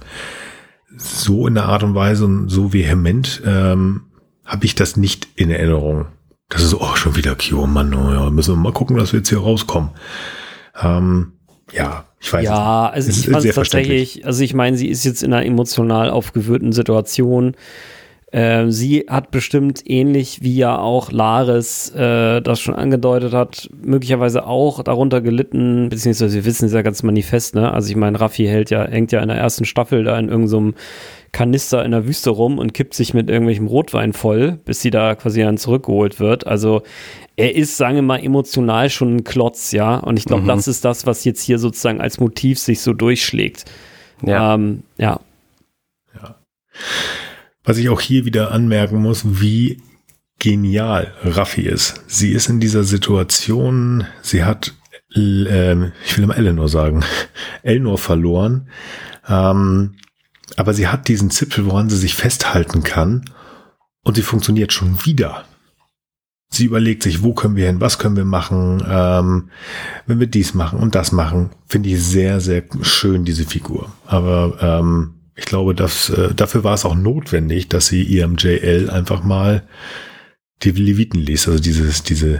So in der Art und Weise und so vehement ähm, habe ich das nicht in Erinnerung. Das ist so, oh, schon wieder Q, oh Mann, oh ja, müssen wir mal gucken, dass wir jetzt hier rauskommen. Ähm, ja, ich weiß ja, nicht. Also ich fand es tatsächlich, also ich meine, sie ist jetzt in einer emotional aufgewühlten Situation. Äh, sie hat bestimmt ähnlich wie ja auch Laris äh, das schon angedeutet hat, möglicherweise auch darunter gelitten, beziehungsweise wir wissen es ja ganz manifest, ne? Also ich meine, Raffi hält ja, hängt ja in der ersten Staffel da in irgendeinem so Kanister in der Wüste rum und kippt sich mit irgendwelchem Rotwein voll, bis sie da quasi dann zurückgeholt wird. Also er ist, sagen wir mal, emotional schon ein Klotz, ja. Und ich glaube, mhm. das ist das, was jetzt hier sozusagen als Motiv sich so durchschlägt. Ja. Ähm, ja. Ja. Was ich auch hier wieder anmerken muss, wie genial Raffi ist. Sie ist in dieser Situation, sie hat, äh, ich will mal Elnor sagen, Elnor verloren, ähm, aber sie hat diesen Zipfel, woran sie sich festhalten kann und sie funktioniert schon wieder. Sie überlegt sich, wo können wir hin, was können wir machen, ähm, wenn wir dies machen und das machen, finde ich sehr, sehr schön, diese Figur. Aber ähm, ich glaube, dass, äh, dafür war es auch notwendig, dass sie I M J L einfach mal die Leviten liest, also dieses, diese,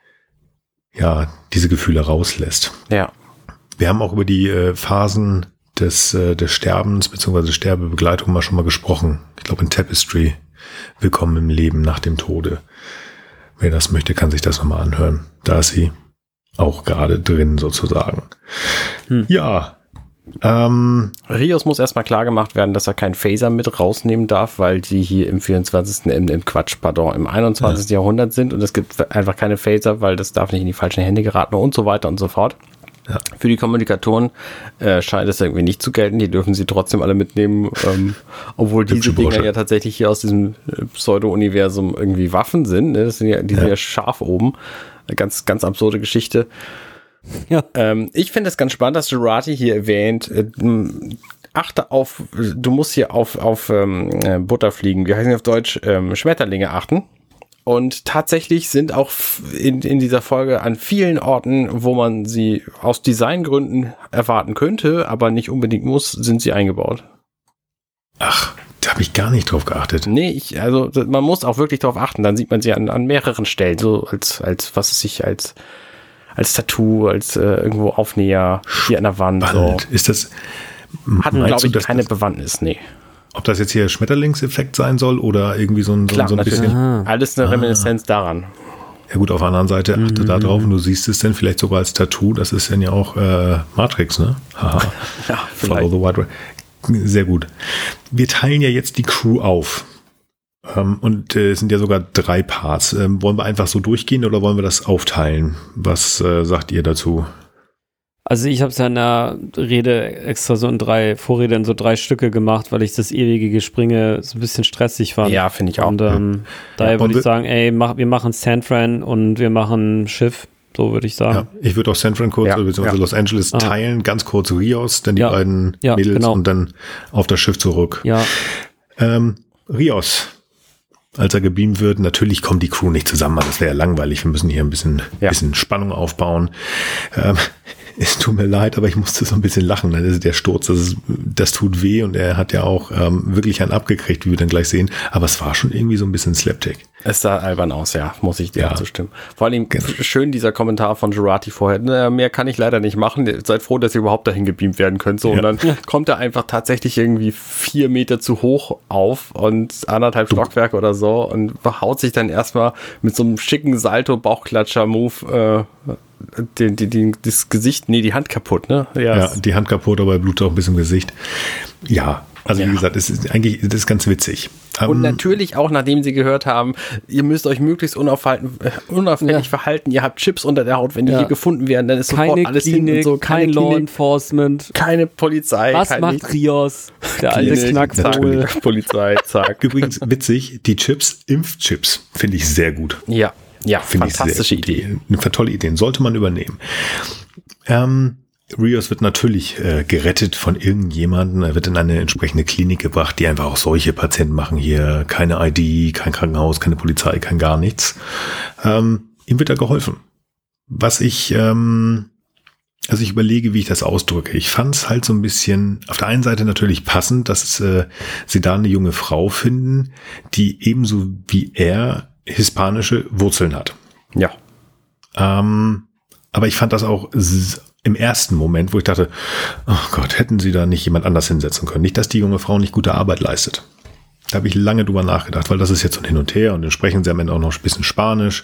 ja, diese Gefühle rauslässt. Ja. Wir haben auch über die äh, Phasen des, äh, des Sterbens bzw. Sterbebegleitung mal schon mal gesprochen. Ich glaube in Tapestry, Willkommen im Leben nach dem Tode. Wer das möchte, kann sich das nochmal anhören. Da ist sie auch gerade drin sozusagen. Hm. Ja, Ähm, Rios muss erstmal klar gemacht werden, dass er keinen Phaser mit rausnehmen darf, weil sie hier im vierundzwanzigsten Im, im Quatsch, pardon, im einundzwanzigsten Ja. Jahrhundert sind und es gibt einfach keine Phaser, weil das darf nicht in die falschen Hände geraten und so weiter und so fort. Ja. Für die Kommunikatoren äh, scheint es irgendwie nicht zu gelten, die dürfen sie trotzdem alle mitnehmen, ähm, obwohl diese Dinger ja tatsächlich hier aus diesem Pseudo-Universum irgendwie Waffen sind, ne? Das sind ja, die sind ja. ja scharf oben. Eine ganz, ganz absurde Geschichte. Ja. Ähm, ich finde es ganz spannend, dass Jurati hier erwähnt, äh, achte auf, du musst hier auf, auf ähm, Butter fliegen, wie heißen die auf Deutsch, ähm, Schmetterlinge achten. Und tatsächlich sind auch in, in dieser Folge an vielen Orten, wo man sie aus Designgründen erwarten könnte, aber nicht unbedingt muss, sind sie eingebaut. Ach, da habe ich gar nicht drauf geachtet. Nee, ich, also man muss auch wirklich drauf achten, dann sieht man sie an, an mehreren Stellen, so als, als was es sich als als Tattoo, als äh, irgendwo Aufnäher hier an der Wand. So. Ist das, Hat, glaube ich, keine Bewandtnis, nee. Ob das jetzt hier Schmetterlingseffekt sein soll oder irgendwie so ein, so, Klar, so ein bisschen. Aha. Alles eine Reminiszenz ah. daran. Ja gut, auf der anderen Seite achte mhm. da drauf und du siehst es dann vielleicht sogar als Tattoo. Das ist dann ja auch äh, Matrix, ne? Haha. Ja, Follow the White Way. Sehr gut. Wir teilen ja jetzt die Crew auf. Ähm, und äh, es sind ja sogar drei Parts. Ähm, wollen wir einfach so durchgehen oder wollen wir das aufteilen? Was äh, sagt ihr dazu? Also ich habe es ja in der Rede extra so in drei Vorrede in so drei Stücke gemacht, weil ich das ewige Gespringe so ein bisschen stressig fand. Ja, finde ich auch. Und ähm, ja. daher ja, würde ich sagen, ey, mach, wir machen San Fran und wir machen Schiff. So würde ich sagen. Ja, ich würde auch San Fran kurz, ja, beziehungsweise ja. Los Angeles Aha. teilen, ganz kurz Rios, dann die ja. beiden ja, Mädels genau. und dann auf das Schiff zurück. Ja. Ähm, Rios, als er gebeamt wird, natürlich kommt die Crew nicht zusammen, das wäre ja langweilig, wir müssen hier ein bisschen, ja. bisschen Spannung aufbauen. Ähm, Es tut mir leid, aber ich musste so ein bisschen lachen. Das ist der Sturz, das, ist, das tut weh und er hat ja auch ähm, wirklich einen abgekriegt, wie wir dann gleich sehen. Aber es war schon irgendwie so ein bisschen Slapstick. Es sah albern aus, ja, muss ich dir ja. zustimmen. Vor allem genau. schön dieser Kommentar von Jurati vorher. Na, mehr kann ich leider nicht machen. Seid froh, dass ihr überhaupt dahin gebeamt werden könnt. So, ja. Und dann ja. kommt er einfach tatsächlich irgendwie vier Meter zu hoch auf und anderthalb du. Stockwerke oder so und haut sich dann erstmal mit so einem schicken Salto-Bauchklatscher-Move äh, Die, die, die, das Gesicht, nee, die Hand kaputt, ne? Ja, ja die Hand kaputt, aber Blut auch ein bisschen im Gesicht. Ja, also ja. wie gesagt, es ist eigentlich, das ist ganz witzig. Und um, natürlich auch, nachdem sie gehört haben, ihr müsst euch möglichst unauffällig ja. verhalten, ihr habt Chips unter der Haut, wenn die ja. hier gefunden werden, dann ist keine sofort alles Klinik, hin und so. Keine kein Law Klinik, Enforcement. Keine Polizei. Was kein macht nichts. Rios? Der alte Knackvogel. Polizei, zack. Übrigens witzig, die Chips, Impfchips, finde ich sehr gut. Ja. Ja, Find fantastische Idee. Eine tolle Idee, sollte man übernehmen. Ähm, Rios wird natürlich äh, gerettet von irgendjemandem. Er wird in eine entsprechende Klinik gebracht, die einfach auch solche Patienten machen. Hier keine I D, kein Krankenhaus, keine Polizei, kein gar nichts. Ähm, ihm wird da geholfen. Was ich, ähm, also ich überlege, wie ich das ausdrücke. Ich fand es halt so ein bisschen, auf der einen Seite natürlich passend, dass äh, sie da eine junge Frau finden, die ebenso wie er hispanische Wurzeln hat. Ja. Ähm, aber ich fand das auch im ersten Moment, wo ich dachte, oh Gott, hätten sie da nicht jemand anders hinsetzen können. Nicht, dass die junge Frau nicht gute Arbeit leistet. Da habe ich lange drüber nachgedacht, weil das ist jetzt so ein Hin und Her und dann sprechen sie am Ende auch noch ein bisschen Spanisch.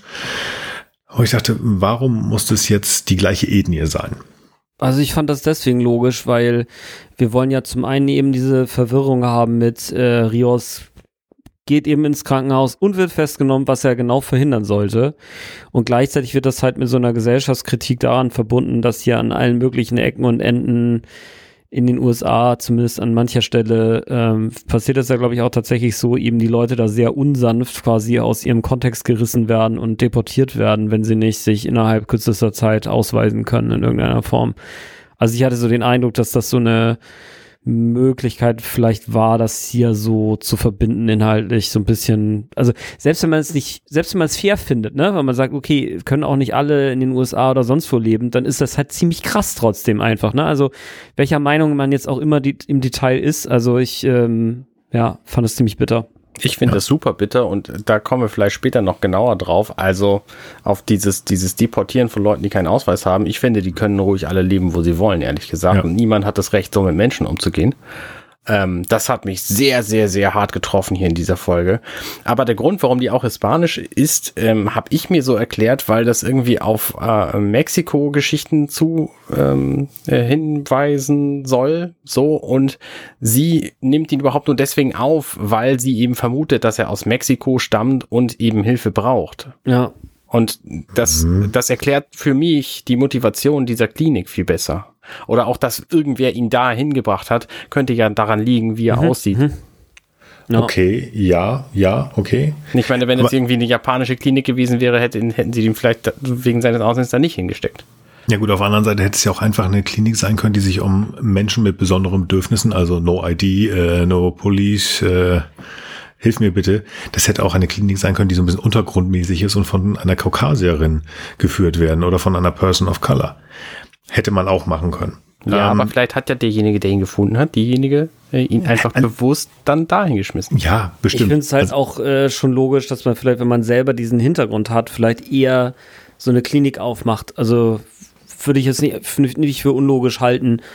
Und ich dachte, warum muss das jetzt die gleiche Ethnie sein? Also ich fand das deswegen logisch, weil wir wollen ja zum einen eben diese Verwirrung haben mit äh, Rios geht eben ins Krankenhaus und wird festgenommen, was er genau verhindern sollte. Und gleichzeitig wird das halt mit so einer Gesellschaftskritik daran verbunden, dass hier an allen möglichen Ecken und Enden in den U S A, zumindest an mancher Stelle, ähm, passiert das ja, glaube ich, auch tatsächlich so, eben die Leute da sehr unsanft quasi aus ihrem Kontext gerissen werden und deportiert werden, wenn sie nicht sich innerhalb kürzester Zeit ausweisen können in irgendeiner Form. Also ich hatte so den Eindruck, dass das so eine Möglichkeit vielleicht war, das hier so zu verbinden inhaltlich so ein bisschen, also selbst wenn man es nicht, selbst wenn man es fair findet, ne, weil man sagt, okay, können auch nicht alle in den U S A oder sonst wo leben, dann ist das halt ziemlich krass trotzdem einfach, ne, also welcher Meinung man jetzt auch immer die, im Detail ist, also ich, ähm, ja, fand es ziemlich bitter. Ich finde ja. das super bitter und da kommen wir vielleicht später noch genauer drauf, also auf dieses, dieses Deportieren von Leuten, die keinen Ausweis haben. Ich finde, die können ruhig alle leben, wo sie wollen, ehrlich gesagt. Ja. Und niemand hat das Recht, so mit Menschen umzugehen. Ähm, das hat mich sehr, sehr, sehr hart getroffen hier in dieser Folge. Aber der Grund, warum die auch hispanisch ist, ähm, habe ich mir so erklärt, weil das irgendwie auf äh, Mexiko-Geschichten zu ähm, äh, hinweisen soll. So, und sie nimmt ihn überhaupt nur deswegen auf, weil sie eben vermutet, dass er aus Mexiko stammt und eben Hilfe braucht. Ja. Und das, mhm. das erklärt für mich die Motivation dieser Klinik viel besser. Oder auch, dass irgendwer ihn da hingebracht hat, könnte ja daran liegen, wie er mhm. aussieht. Mhm. No. Okay, ja, ja, okay. Ich meine, wenn es irgendwie eine japanische Klinik gewesen wäre, hätten, hätten sie ihn vielleicht wegen seines Aussehens da nicht hingesteckt. Ja gut, auf der anderen Seite hätte es ja auch einfach eine Klinik sein können, die sich um Menschen mit besonderen Bedürfnissen, also no I D, äh, no police, äh, hilf mir bitte. Das hätte auch eine Klinik sein können, die so ein bisschen untergrundmäßig ist und von einer Kaukasierin geführt werden oder von einer Person of Color. Hätte man auch machen können. Ja, ähm, aber vielleicht hat ja derjenige, der ihn gefunden hat, diejenige, äh, ihn einfach äh, bewusst dann dahin geschmissen. Ja, bestimmt. Ich finde es halt also, auch äh, schon logisch, dass man vielleicht, wenn man selber diesen Hintergrund hat, vielleicht eher so eine Klinik aufmacht. Also würde ich jetzt nicht, nicht für unlogisch halten,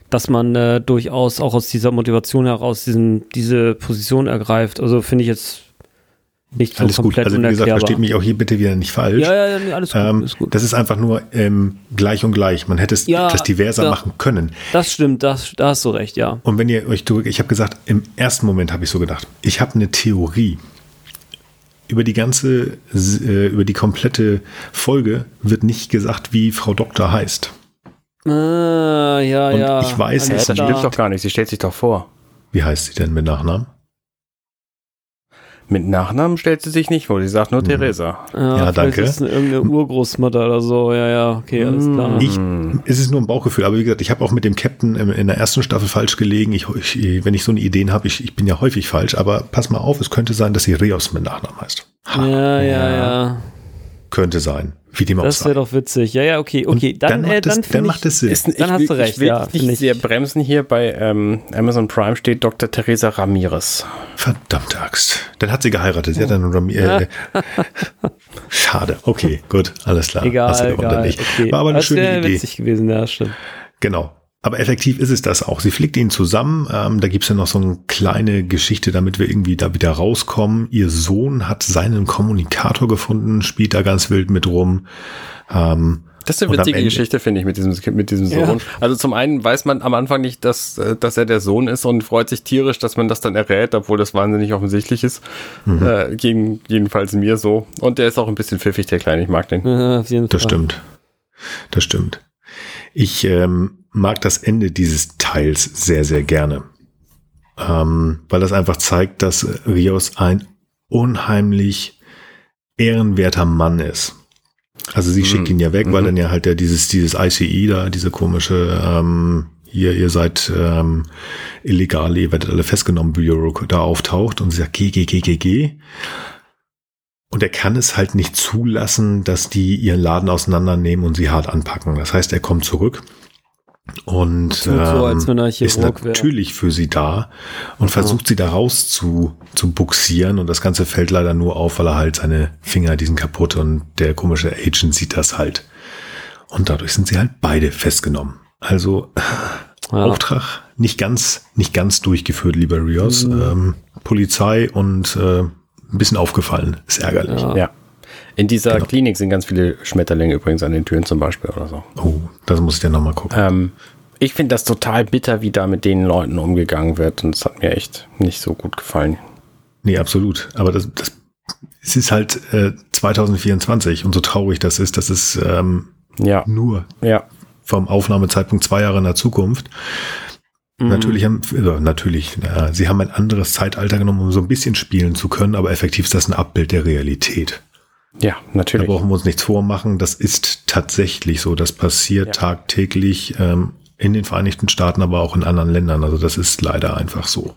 dass man äh, durchaus auch aus dieser Motivation heraus diesen, diese Position ergreift. Also finde ich jetzt nicht so alles komplett gut. Also wie gesagt, unerklärbar. versteht mich auch hier bitte wieder nicht falsch. Ja, ja, ja, alles gut, ähm, ist gut. Das ist einfach nur ähm, gleich und gleich. Man hätte es Ja, etwas diverser ja. machen können. Das stimmt, das, da hast du recht, ja. Und wenn ihr euch zurück, ich habe gesagt, im ersten Moment habe ich so gedacht, ich habe eine Theorie. Über die ganze, äh, über die komplette Folge wird nicht gesagt, wie Frau Doktor heißt. Ah, ja, Und ja. ich weiß Ja, es das nicht. stimmt doch gar nicht. Sie stellt sich doch vor. Wie heißt sie denn mit Nachnamen? Mit Nachnamen stellt sie sich nicht vor. Sie sagt nur Hm. Theresa. Ja, Ja, vielleicht danke. ist es irgendeine Urgroßmutter oder so. Ja, ja, okay, alles klar. Ich, es ist nur ein Bauchgefühl, aber wie gesagt, ich habe auch mit dem Captain in, in der ersten Staffel falsch gelegen. Ich, ich, wenn ich so eine Ideen habe, ich, ich bin ja häufig falsch, aber pass mal auf, es könnte sein, dass sie Rios mit Nachnamen heißt. Ha, Ja, ja, ja. könnte sein, wie dem auch Das wäre sei. doch witzig. Ja, ja, okay, okay. Und Dann, dann äh, macht es, dann, dann find macht ich, es Sinn. Ist, ich Dann hast will, du recht, ich will ja, dich find nicht ich. sehr bremsen hier. Bei ähm, Amazon Prime steht Doktor Theresa Ramirez. Verdammte Axt. Dann hat sie geheiratet. Sie hat dann Rami- äh, Schade. Okay, gut, alles klar. Hast du egal, gewonnen, egal. nicht. Okay. War aber eine das schöne wäre Idee. witzig gewesen, ja, stimmt. Genau. Aber effektiv ist es das auch. Sie flickt ihn zusammen. Ähm, da gibt's ja noch so eine kleine Geschichte, damit wir irgendwie da wieder rauskommen. Ihr Sohn hat seinen Kommunikator gefunden, spielt da ganz wild mit rum. Ähm, Das ist eine Und am witzige Ende- Geschichte, finde ich, mit diesem, mit diesem Ja. Sohn. Also zum einen weiß man am Anfang nicht, dass, äh, dass er der Sohn ist und freut sich tierisch, dass man das dann errät, obwohl das wahnsinnig offensichtlich ist. Mhm. Äh, jeden, jedenfalls mir so. Und der ist auch ein bisschen pfiffig, der Kleine. Ich mag den. Ja, auf jeden Das Fall. stimmt. Das stimmt. Ich ähm, mag das Ende dieses Teils sehr, sehr gerne. Ähm, weil das einfach zeigt, dass Rios ein unheimlich ehrenwerter Mann ist. Also sie Mhm. schickt ihn ja weg, weil Mhm. dann ja halt der dieses, dieses I C E da, diese komische, ähm, hier, ihr seid ähm, illegal, ihr werdet alle festgenommen, Bureau da auftaucht und sie sagt, geh, geh, geh, geh, geh. Und er kann es halt nicht zulassen, dass die ihren Laden auseinandernehmen und sie hart anpacken. Das heißt, er kommt zurück und Tut so, als wenn er ähm, ist Chirurg wäre. natürlich für sie da und versucht sie da raus zu, zu buxieren. Und das Ganze fällt leider nur auf, weil er halt seine Finger, die sind kaputt und der komische Agent sieht das halt. Und dadurch sind sie halt beide festgenommen. Also Ja. Auftrag nicht ganz, nicht ganz durchgeführt, lieber Rios. Mhm. Ähm, Polizei und äh, ein bisschen aufgefallen. Ist ärgerlich. Ja. Ja. In dieser Genau. Klinik sind ganz viele Schmetterlinge übrigens an den Türen zum Beispiel oder so. Oh, das muss ich dann nochmal gucken. Ähm, ich finde das total bitter, wie da mit den Leuten umgegangen wird. Und es hat mir echt nicht so gut gefallen. Nee, absolut. Aber das, das es ist halt äh, zwanzig vierundzwanzig und so traurig das ist, das ist ähm, Ja, nur ja. vom Aufnahmezeitpunkt zwei Jahre in der Zukunft. Mhm. Natürlich haben, also natürlich, na, sie haben ein anderes Zeitalter genommen, um so ein bisschen spielen zu können, aber effektiv ist das ein Abbild der Realität. Ja, Da natürlich. brauchen wir uns nichts vormachen. Das ist tatsächlich so. Das passiert Ja. tagtäglich ähm, in den Vereinigten Staaten, aber auch in anderen Ländern. Also das ist leider einfach so.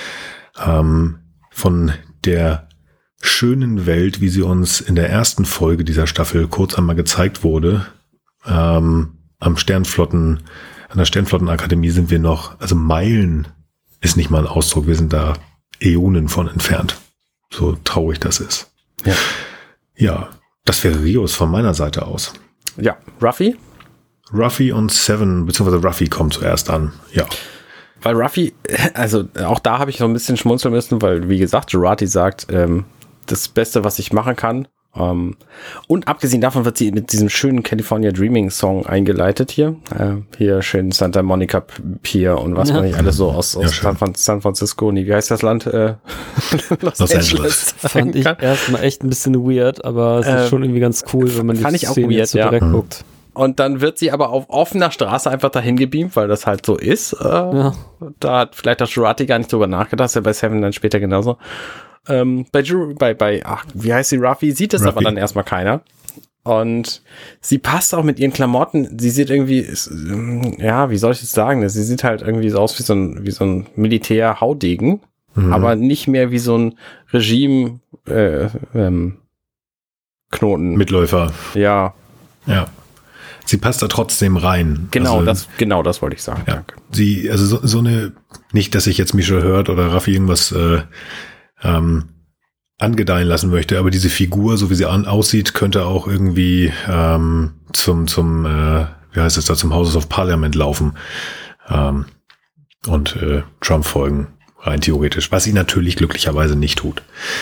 Ähm, von der schönen Welt, wie sie uns in der ersten Folge dieser Staffel kurz einmal gezeigt wurde, ähm, am Sternflotten, an der Sternflottenakademie sind wir noch, also Meilen ist nicht mal ein Ausdruck, wir sind da Äonen von entfernt. So traurig das ist. Ja. Ja, das wäre Rios von meiner Seite aus. Ja, Ruffy? Ruffy und Seven, beziehungsweise Ruffy kommt zuerst an. Ja. Weil Ruffy, also auch da habe ich so ein bisschen schmunzeln müssen, weil, wie gesagt, Jurati sagt, ähm, das Beste, was ich machen kann. Ähm, und abgesehen davon wird sie mit diesem schönen California Dreaming Song eingeleitet hier. Äh, hier schön Santa Monica Pier und was Ja. man nicht alles so aus, Ja, aus schön. San, Fran- San Francisco, nee, wie heißt das Land? Äh, Los, Los Angeles. Fand ich erstmal echt ein bisschen weird, aber es ist Ähm, schon irgendwie ganz cool, wenn man die fand ich auch Szene weird, jetzt so ja. direkt Mhm. guckt. Und dann wird sie aber auf offener Straße einfach dahin gebeamt, weil das halt so ist. Äh, Ja. Da hat vielleicht auch Jurati gar nicht drüber nachgedacht, ist ja bei Seven dann später genauso. Ähm, bei, Ju- bei, bei, ach, wie heißt sie, Ruffy, sieht es Ruffy. aber dann erstmal keiner. Und sie passt auch mit ihren Klamotten, sie sieht irgendwie, ist, ähm, ja, wie soll ich das sagen? Sie sieht halt irgendwie so aus wie so ein, wie so ein Militär-Haudegen, Mhm. aber nicht mehr wie so ein Regime, äh, ähm, Knoten. Mitläufer. ja, Ja. Sie passt da trotzdem rein. genau, also, das, genau das wollte ich sagen. Ja. Danke. Sie, also so, so eine, nicht, dass ich jetzt Michel hört oder Raffi irgendwas äh, ähm, angedeihen lassen möchte, aber diese Figur, so wie sie an, aussieht, könnte auch irgendwie ähm, zum, zum, äh, wie heißt es da, zum Houses of Parliament laufen. ähm, und äh, Trump folgen, rein theoretisch, was sie natürlich glücklicherweise nicht tut.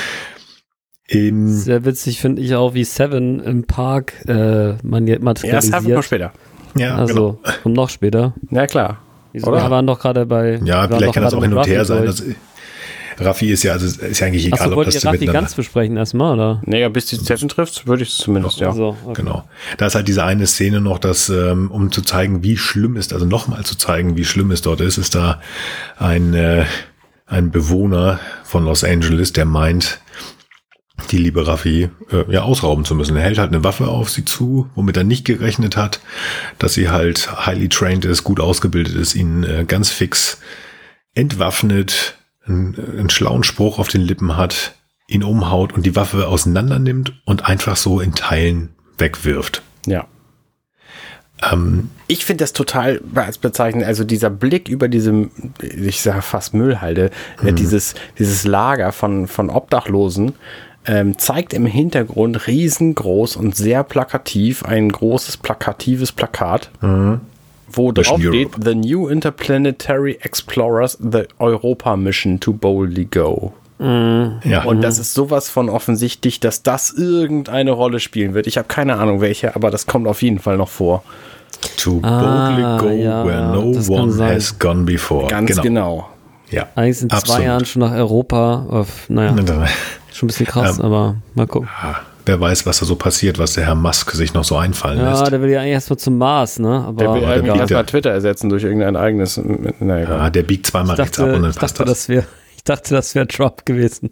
Ähm, Sehr witzig finde ich auch, wie Seven im Park äh, man jetzt materialisiert. Erst noch später. ja, Also, genau. und noch später. Ja, klar. Wieso? Oder? Wir waren doch gerade bei... Ja, wir vielleicht kann das gerade auch hin mit und her Raffi sein. durch. Das, Raffi ist ja, also ist ja eigentlich egal, Achso, ob wollt das ihr zu Raffi miteinander... ganz besprechen erstmal, oder? Naja, bis die Seven trifft, würde ich es zumindest, ja. Also, okay. Genau. Da ist halt diese eine Szene noch, dass, ähm, um zu zeigen, wie schlimm ist, also nochmal zu zeigen, wie schlimm es dort ist, ist da ein, äh, ein Bewohner von Los Angeles, der meint, die liebe Raffi äh, ja ausrauben zu müssen. Er hält halt eine Waffe auf sie zu, womit er nicht gerechnet hat, dass sie halt highly trained ist, gut ausgebildet ist, ihn äh, ganz fix entwaffnet, einen, einen schlauen Spruch auf den Lippen hat, ihn umhaut und die Waffe auseinander nimmt und einfach so in Teilen wegwirft. Ja. Ähm, Ich finde das total bezeichnend, also dieser Blick über diesem, ich sage fast Müllhalde, äh, dieses, dieses Lager von, von Obdachlosen, ähm, zeigt im Hintergrund riesengroß und sehr plakativ ein großes plakatives Plakat, wo drauf steht, The New Interplanetary Explorers, the Europa Mission to boldly go. ja. Und das ist sowas von offensichtlich, dass das irgendeine Rolle spielen wird. Ich habe keine Ahnung welche, aber das kommt auf jeden Fall noch vor. To Ah, boldly go ja, where no das kann one sein. has gone before. Ganz genau. genau. Ja, Eigentlich sind absolut. zwei Jahren schon nach Europa. Auf, naja, schon ein bisschen krass, Ähm, aber mal gucken. Ah, wer weiß, was da so passiert, was der Herr Musk sich noch so einfallen Ja, lässt. der will ja eigentlich erstmal zum Mars, ne? Aber Der will der irgendwie biegt erstmal ja- Twitter ersetzen durch irgendein eigenes. Na egal. Ja, der biegt zweimal ich rechts ab und dachte, dann ich passt dachte, das. das wäre, ich dachte, das wäre Trump gewesen.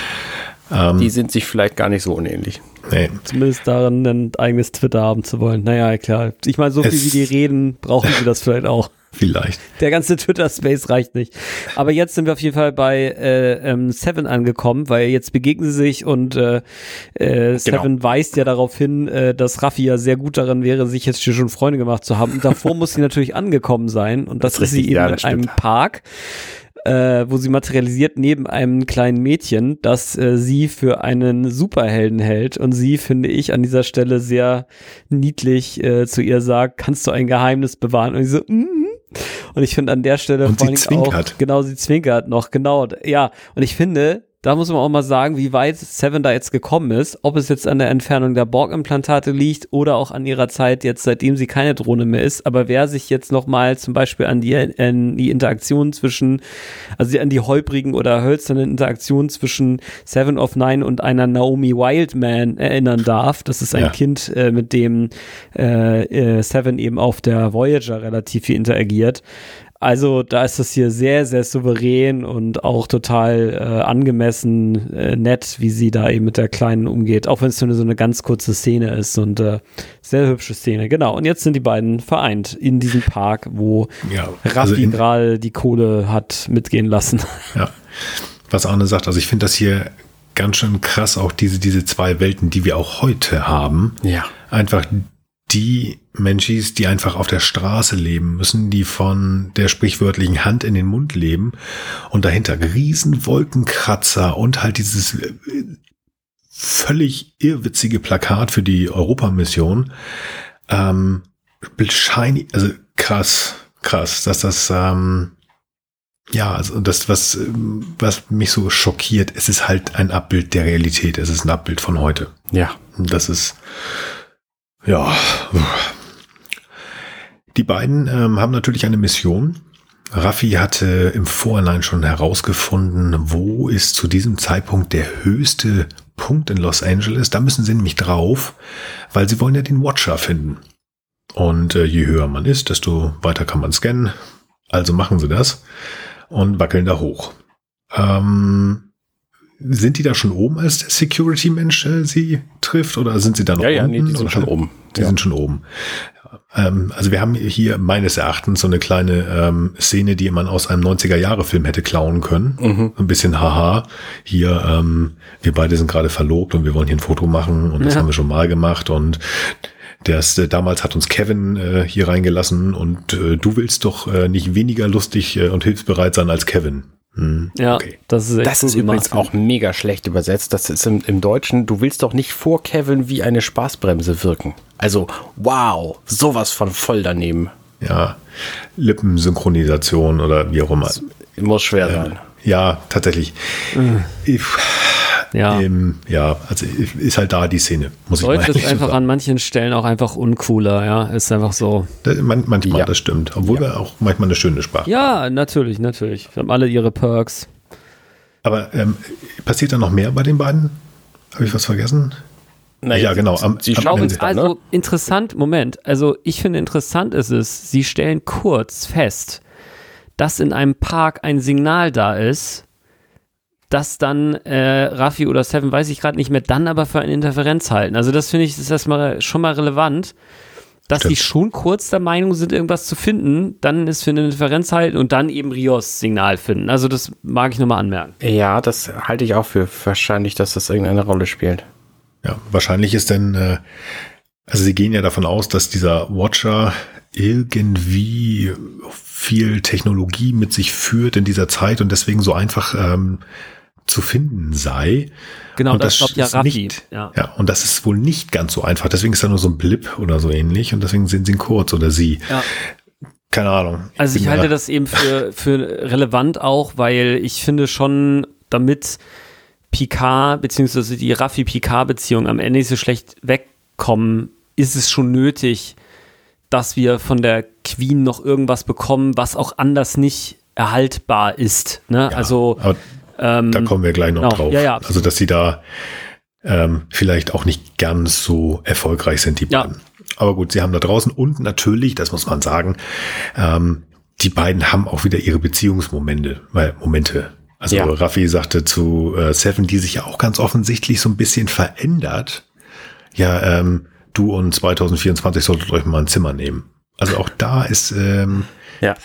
Die sind sich vielleicht gar nicht so unähnlich. Nee. Zumindest darin, ein eigenes Twitter haben zu wollen. Naja, klar. Ich meine, so viel Es- wie die reden, brauchen sie das vielleicht auch. Vielleicht. Der ganze Twitter-Space reicht nicht. Aber jetzt sind wir auf jeden Fall bei äh, ähm, Seven angekommen, weil jetzt begegnen sie sich und äh, äh, Seven weist ja darauf hin, äh, dass Raffi ja sehr gut darin wäre, sich jetzt hier schon Freunde gemacht zu haben. Und davor muss sie natürlich angekommen sein und das, Das ist ist sie richtig, eben ja, in das einem stimmt. Park, äh, wo sie materialisiert neben einem kleinen Mädchen, das äh, sie für einen Superhelden hält und sie, finde ich, an dieser Stelle sehr niedlich äh, zu ihr sagt, kannst du ein Geheimnis bewahren? Und sie so, mhm. Und ich finde an der Stelle Und vor sie allen Dingen auch, zwinkert. genau, sie zwinkert noch, genau, ja. Und ich finde, da muss man auch mal sagen, wie weit Seven da jetzt gekommen ist, ob es jetzt an der Entfernung der Borg-Implantate liegt oder auch an ihrer Zeit jetzt, seitdem sie keine Drohne mehr ist. Aber wer sich jetzt nochmal zum Beispiel an die, an die Interaktion zwischen, also an die holprigen oder hölzernen Interaktionen zwischen Seven of Nine und einer Naomi Wildman erinnern darf, das ist ein Ja. Kind, äh, mit dem äh, äh, Seven eben auf der Voyager relativ viel interagiert. Also da ist das hier sehr, sehr souverän und auch total äh, angemessen, äh, nett, wie sie da eben mit der Kleinen umgeht, auch wenn es nur so eine ganz kurze Szene ist und äh, sehr hübsche Szene, genau. Und jetzt sind die beiden vereint in diesem Park, wo Ja, Raffi also in- gerade die Kohle hat mitgehen lassen. Ja. Was Arne sagt, also ich finde das hier ganz schön krass, auch diese, diese zwei Welten, die wir auch heute haben. Ja. Einfach die Menschis, die einfach auf der Straße leben müssen, die von der sprichwörtlichen Hand in den Mund leben und dahinter riesen Wolkenkratzer und halt dieses äh, völlig irrwitzige Plakat für die Europamission. Ähm, shiny, also krass, krass, dass das, ähm, ja, also das, was, ähm, was mich so schockiert, es ist halt ein Abbild der Realität, es ist ein Abbild von heute. Ja. Und das ist, ja, die beiden ähm, haben natürlich eine Mission. Raffi hatte im Vorhinein schon herausgefunden, wo ist zu diesem Zeitpunkt der höchste Punkt in Los Angeles. Da müssen sie nämlich drauf, weil sie wollen ja den Watcher finden. Und äh, je höher man ist, desto weiter kann man scannen. Also machen sie das und wackeln da hoch. Ähm, sind die da schon oben, als der Security-Mensch äh, sie trifft? Oder sind sie da noch Ja, ja, unten? nee, die sind Oder- schon oben. Die Ja. sind schon oben. Ähm, also wir haben hier meines Erachtens so eine kleine ähm, Szene, die man aus einem neunziger-Jahre-Film hätte klauen können. Mhm. Ein bisschen haha. Hier, ähm, wir beide sind gerade verlobt und wir wollen hier ein Foto machen und das Ja. haben wir schon mal gemacht und das, äh, damals hat uns Kevin äh, hier reingelassen und äh, du willst doch äh, nicht weniger lustig äh, und hilfsbereit sein als Kevin. Hm, Ja, okay. das ist echt Das ist cool übrigens gemacht. auch mega schlecht übersetzt. Das ist im, im Deutschen, du willst doch nicht vor Kevin wie eine Spaßbremse wirken. Also, wow, sowas von voll daneben. ja, Lippensynchronisation oder wie auch immer. Das muss schwer sein. Äh, ja, tatsächlich. Mhm. Ich, Ja. Ähm, ja, also ist halt da die Szene, muss ich Deutsch mal ist einfach so an manchen Stellen auch einfach uncooler, ja, ist einfach so. Das, man, manchmal, ja. das stimmt, obwohl ja. wir auch manchmal eine schöne Sprache Ja, haben. natürlich, natürlich. Wir haben alle ihre Perks. Aber ähm, passiert da noch mehr bei den beiden? Habe ich was vergessen? Naja, ja, genau. Am, sie am Ende, also ne? interessant, Moment, also ich finde interessant ist es, sie stellen kurz fest, dass in einem Park ein Signal da ist, dass dann äh, Raffi oder Seven, weiß ich gerade nicht mehr, dann aber für eine Interferenz halten. Also das finde ich, ist erstmal schon mal relevant, dass Stimmt. die schon kurz der Meinung sind, irgendwas zu finden, dann ist für eine Interferenz halten und dann eben Rios Signal finden. Also das mag ich nochmal anmerken. Ja, das halte ich auch für wahrscheinlich, dass das irgendeine Rolle spielt. Ja, wahrscheinlich ist denn, äh, also sie gehen ja davon aus, dass dieser Watcher irgendwie viel Technologie mit sich führt in dieser Zeit und deswegen so einfach ähm, zu finden sei. Genau, und das, das glaubt ja Raffi. Nicht, ja. ja, und das ist wohl nicht ganz so einfach. Deswegen ist da nur so ein Blip oder so ähnlich und deswegen sind sie ihn kurz oder sie. Ja. Keine Ahnung. Also ich halte das eben für, für relevant auch, weil ich finde schon, damit Picard beziehungsweise die Raffi-Picard-Beziehung am Ende nicht so schlecht wegkommen, ist es schon nötig, dass wir von der Queen noch irgendwas bekommen, was auch anders nicht erhaltbar ist. Ne? Ja, also ähm, da kommen wir gleich noch genau, drauf. Ja, ja, also dass sie da ähm, vielleicht auch nicht ganz so erfolgreich sind, die beiden. Ja. Aber gut, sie haben da draußen und natürlich, das muss man sagen, ähm, die beiden haben auch wieder ihre Beziehungsmomente, weil Momente. Also ja. Raffi sagte zu äh, Seven, die sich ja auch ganz offensichtlich so ein bisschen verändert. Ja, ähm, du und zwanzig vierundzwanzig solltet euch mal ein Zimmer nehmen. Also auch da ist ähm, ja.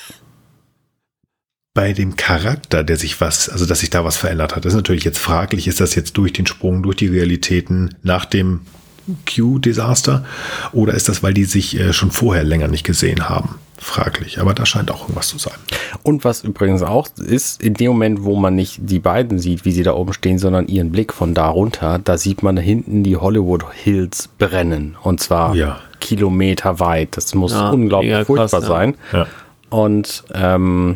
bei dem Charakter, der sich was, also dass sich da was verändert hat, das ist natürlich jetzt fraglich, ist das jetzt durch den Sprung, durch die Realitäten nach dem Q-Desaster oder ist das, weil die sich äh, schon vorher länger nicht gesehen haben? Fraglich, aber da scheint auch irgendwas zu sein. Und was übrigens auch ist, in dem Moment, wo man nicht die beiden sieht, wie sie da oben stehen, sondern ihren Blick von da runter, da sieht man hinten die Hollywood Hills brennen. Und zwar ja. kilometerweit. Das muss ja, unglaublich furchtbar krass, sein. Ja. Und ähm,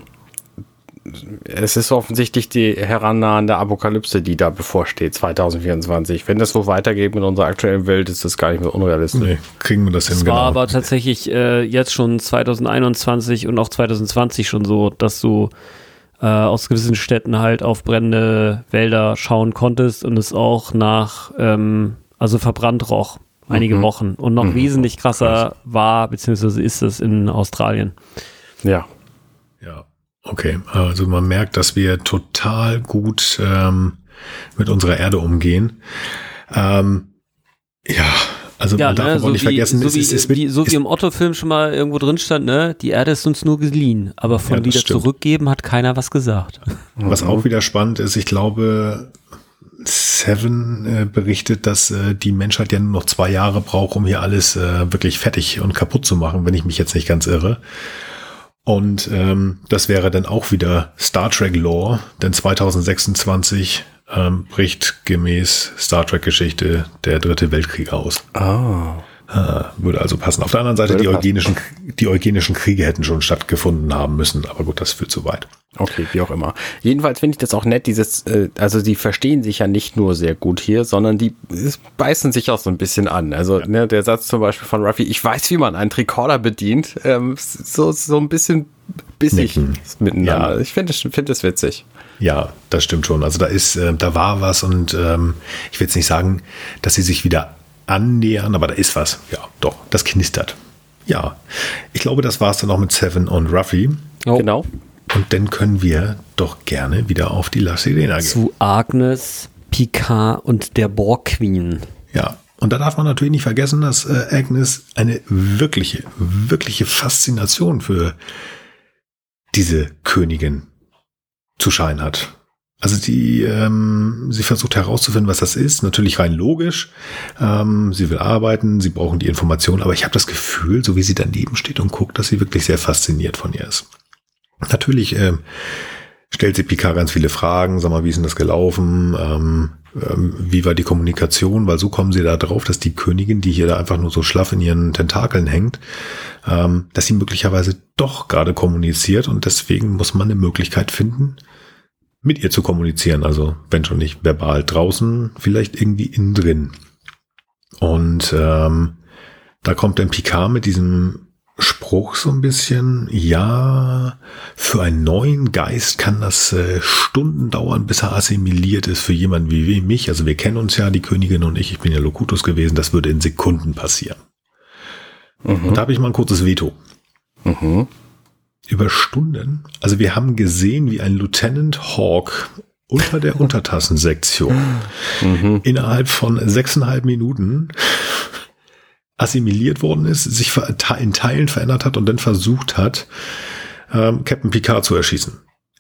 es ist offensichtlich die herannahende Apokalypse, die da bevorsteht, zwanzig vierundzwanzig. Wenn das so weitergeht mit unserer aktuellen Welt, ist das gar nicht mehr unrealistisch. Nee, kriegen wir das hin, genau. Es war aber tatsächlich äh, jetzt schon zwanzig einundzwanzig und auch zwanzig zwanzig schon so, dass du äh, aus gewissen Städten halt auf brennende Wälder schauen konntest und es auch nach, ähm, also verbrannt roch, einige mhm. Wochen. Und noch mhm. wesentlich krasser war, beziehungsweise ist es in Australien. Ja. Ja. Okay, also man merkt, dass wir total gut ähm, mit unserer Erde umgehen. Ähm, ja, also ja, man darf ne, aber so nicht wie, vergessen, so es wie, ist, es wie, wird, so wie im Otto-Film schon mal irgendwo drin stand, ne? Die Erde ist uns nur geliehen, aber von ja, wieder stimmt. zurückgeben hat keiner was gesagt. Was auch wieder spannend ist, ich glaube, Seven äh, berichtet, dass äh, die Menschheit ja nur noch zwei Jahre braucht, um hier alles äh, wirklich fertig und kaputt zu machen, wenn ich mich jetzt nicht ganz irre. Und ähm, das wäre dann auch wieder Star Trek Lore, denn zwanzig sechsundzwanzig ähm, bricht gemäß Star Trek Geschichte der dritte Weltkrieg aus. Ah. Äh, würde also passen. Auf der anderen Seite, die eugenischen, die eugenischen Kriege hätten schon stattgefunden haben müssen, aber gut, das führt zu weit. Okay, wie auch immer. Jedenfalls finde ich das auch nett, dieses, äh, also die verstehen sich ja nicht nur sehr gut hier, sondern die beißen sich auch so ein bisschen an. Also ja. ne, der Satz zum Beispiel von Raffi, ich weiß, wie man einen Tricorder bedient, ähm, so, so ein bisschen bissig Nicken. miteinander. Ja. Ich finde es find das witzig. Ja, das stimmt schon. Also da ist, äh, da war was und ähm, ich will jetzt nicht sagen, dass sie sich wieder annähern, aber da ist was. Ja, doch, das knistert. Ja, ich glaube, das war es dann auch mit Seven und Raffi. Oh. Genau. Und dann können wir doch gerne wieder auf die La Sirena gehen. Zu Agnes, Picard und der Borg Queen. Ja, und da darf man natürlich nicht vergessen, dass äh, Agnes eine wirkliche, wirkliche Faszination für diese Königin zu scheinen hat. Also die, ähm, sie versucht herauszufinden, was das ist. Natürlich rein logisch. Ähm, sie will arbeiten, sie brauchen die Informationen. Aber ich habe das Gefühl, so wie sie daneben steht und guckt, dass sie wirklich sehr fasziniert von ihr ist. Natürlich ähm, stellt sie Picard ganz viele Fragen. Sag mal, wie ist denn das gelaufen? Ähm, ähm, wie war die Kommunikation, weil so kommen sie da drauf, dass die Königin, die hier da einfach nur so schlaff in ihren Tentakeln hängt, ähm, dass sie möglicherweise doch gerade kommuniziert und deswegen muss man eine Möglichkeit finden, mit ihr zu kommunizieren. Also wenn schon nicht verbal draußen, vielleicht irgendwie innen drin. Und ähm, da kommt dann Picard mit diesem Spruch so ein bisschen, ja, für einen neuen Geist kann das äh, Stunden dauern, bis er assimiliert ist für jemanden wie, wie mich. Also wir kennen uns ja, die Königin und ich, ich bin ja Locutus gewesen, das würde in Sekunden passieren. Mhm. Und da habe ich mal ein kurzes Veto. Mhm. Über Stunden, also wir haben gesehen, wie ein Lieutenant Hawk unter der Untertassensektion mhm. innerhalb von sechseinhalb Minuten assimiliert worden ist, sich in Teilen verändert hat und dann versucht hat, ähm, Captain Picard zu erschießen.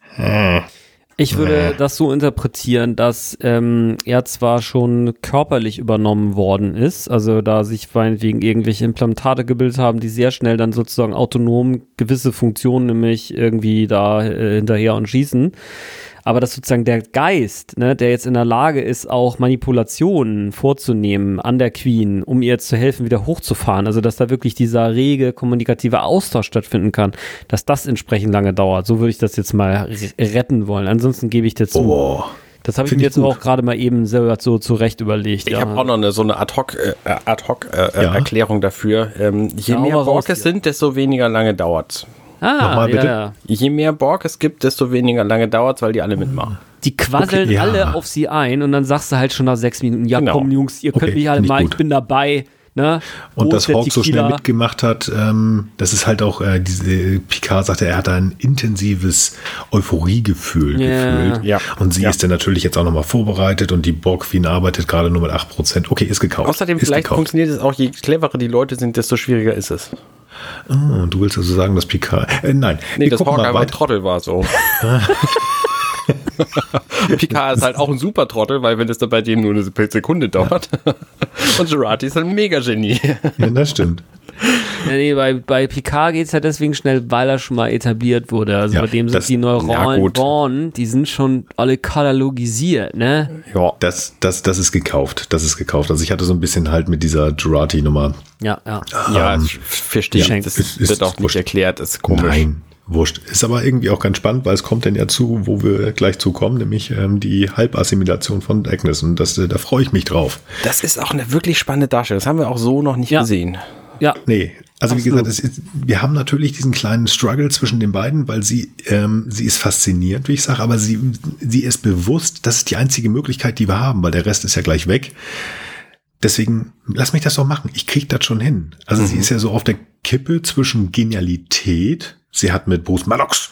Ich würde das so interpretieren, dass ähm, er zwar schon körperlich übernommen worden ist, also da sich meinetwegen irgendwelche Implantate gebildet haben, die sehr schnell dann sozusagen autonom gewisse Funktionen nämlich irgendwie da äh, hinterher und schießen, aber dass sozusagen der Geist, ne, der jetzt in der Lage ist, auch Manipulationen vorzunehmen an der Queen, um ihr zu helfen, wieder hochzufahren, also dass da wirklich dieser rege kommunikative Austausch stattfinden kann, dass das entsprechend lange dauert. So würde ich das jetzt mal retten wollen. Ansonsten gebe ich dir zu. Oh, das habe ich mir jetzt auch gerade mal eben selber so zurecht überlegt. Ich ja. habe auch noch eine, so eine Ad-Hoc-Erklärung äh, äh, ja. dafür. Ähm, je ja, mehr Borg es raus, sind, desto weniger lange dauert's. Ah, Nochmal bitte. ja, ja. Je mehr Borg es gibt, desto weniger lange dauert's, weil die alle mitmachen. Die quasseln Okay, ja. alle auf sie ein und dann sagst du halt schon nach sechs Minuten, ja Genau. komm Jungs, ihr könnt Okay, mich alle finde ich mal, gut. ich bin dabei. Ne? Und Wo dass ist der Hawk so Tequila? schnell mitgemacht hat, ähm, das ist halt auch, äh, diese Picard sagte, er hat ein intensives Euphoriegefühl Ja. gefühlt. Ja. Und sie Ja. ist dann natürlich jetzt auch nochmal vorbereitet und die Borg-Queen arbeitet gerade nur mit acht Prozent. Okay, ist gekauft. Außerdem, ist vielleicht gekauft. funktioniert es auch, je cleverer die Leute sind, desto schwieriger ist es. Oh, du willst also sagen, dass Picard, äh, nein. Nee, wir das gucken Hawk mal einfach ein weiter. Trottel war so. Picard ist halt auch ein super Trottel, weil wenn das dann bei denen nur eine Sekunde dauert. Und Jurati ist ein Mega-Genie. Ja, das stimmt. Ja, nee, bei, bei Picard geht es ja deswegen schnell, weil er schon mal etabliert wurde. Also Ja, bei dem sind das- die ja, neuralen gut. Born, die sind schon alle katalogisiert, ne? Ja. Das, das, das ist gekauft. Das ist gekauft. Also ich hatte so ein bisschen halt mit dieser Jurati-Nummer. Ja, ja. Ja, Ähm, ich verstehe. ja, das ist- wird ist auch nicht wurscht. erklärt, ist komisch. Nein, wurscht. Ist aber irgendwie auch ganz spannend, weil es kommt dann ja zu, wo wir gleich zukommen, nämlich ähm, die Halbassimilation von Agnes. Und das, äh, da freue ich mich drauf. Das ist auch eine wirklich spannende Darstellung. Das haben wir auch so noch nicht Ja. gesehen. Ja, Nee, also wie Absolut. gesagt, es ist, wir haben natürlich diesen kleinen Struggle zwischen den beiden, weil sie, ähm, sie ist faszinierend, wie ich sage, aber sie, sie ist bewusst, das ist die einzige Möglichkeit, die wir haben, weil der Rest ist ja gleich weg. Deswegen, lass mich das doch machen. Ich krieg das schon hin. Also Mhm. sie ist ja so auf der Kippe zwischen Genialität. Sie hat mit Bruce Maddox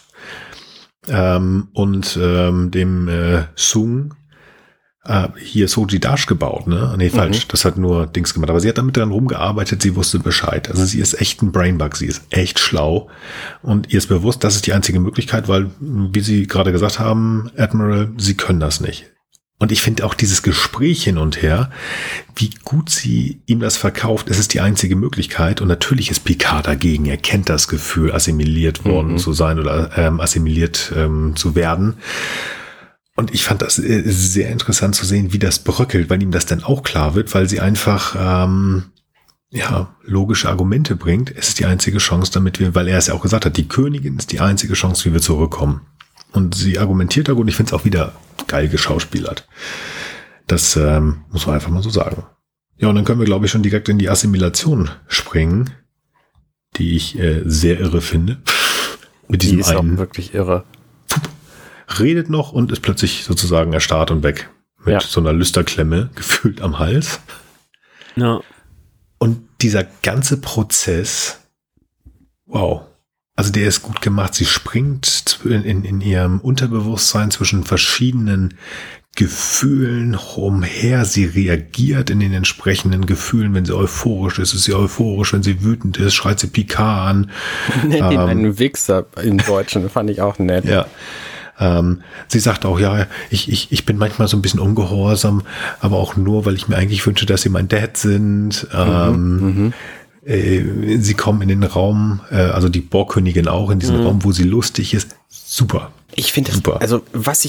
ähm, und ähm, dem äh, Sung äh, hier Soji Dash gebaut, ne? Nee, falsch. Das hat nur Dings gemacht. Aber sie hat damit dran rumgearbeitet. Sie wusste Bescheid. Also sie ist echt ein Brainbug. Sie ist echt schlau. Und ihr ist bewusst, das ist die einzige Möglichkeit, weil, wie Sie gerade gesagt haben, Admiral, Sie können das nicht. Und ich finde auch dieses Gespräch hin und her, wie gut sie ihm das verkauft, es ist die einzige Möglichkeit. Und natürlich ist Picard dagegen. Er kennt das Gefühl, assimiliert worden Mhm. zu sein oder ähm, assimiliert ähm, zu werden. Und ich fand das äh, sehr interessant zu sehen, wie das bröckelt, weil ihm das dann auch klar wird, weil sie einfach ähm, ja logische Argumente bringt. Es ist die einzige Chance, damit wir, weil er es ja auch gesagt hat, die Königin ist die einzige Chance, wie wir zurückkommen. Und sie argumentiert da gut. Ich finde es auch wieder geil geschauspielert. Das ähm, muss man einfach mal so sagen. Ja, und dann können wir, glaube ich, schon direkt in die Assimilation springen, die ich äh, sehr irre finde. Mit Die diesem ist auch einen wirklich irre. redet noch und ist plötzlich sozusagen erstarrt und weg. Mit Ja. so einer Lüsterklemme gefühlt am Hals. ja. Und dieser ganze Prozess, wow. Also der ist gut gemacht. Sie springt in, in, in ihrem Unterbewusstsein zwischen verschiedenen Gefühlen umher. Sie reagiert in den entsprechenden Gefühlen. Wenn sie euphorisch ist, ist sie euphorisch. Wenn sie wütend ist, schreit sie Picard an. Nennt ihn Ähm. einen Wichser im Deutschen, fand ich auch nett. Ja. Ähm, sie sagt auch, ja, ich, ich, ich bin manchmal so ein bisschen ungehorsam, aber auch nur, weil ich mir eigentlich wünsche, dass sie mein Dad sind. Ähm, äh, sie kommen in den Raum, äh, also die Borgkönigin auch, in diesen Raum, wo sie lustig ist. Super. Ich finde das, Super. also was ich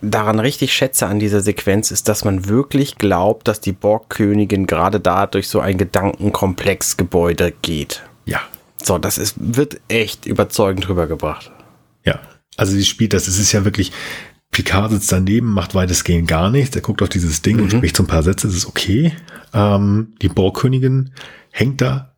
daran richtig schätze an dieser Sequenz, ist, dass man wirklich glaubt, dass die Borgkönigin gerade da durch so ein Gedankenkomplexgebäude geht. Ja. So, das ist, wird echt überzeugend rübergebracht. Ja, also sie spielt das, es ist ja wirklich, Picard sitzt daneben, macht weitestgehend gar nichts, er guckt auf dieses Ding mhm. und spricht so ein paar Sätze, das ist okay. Ähm, die Borgkönigin hängt da,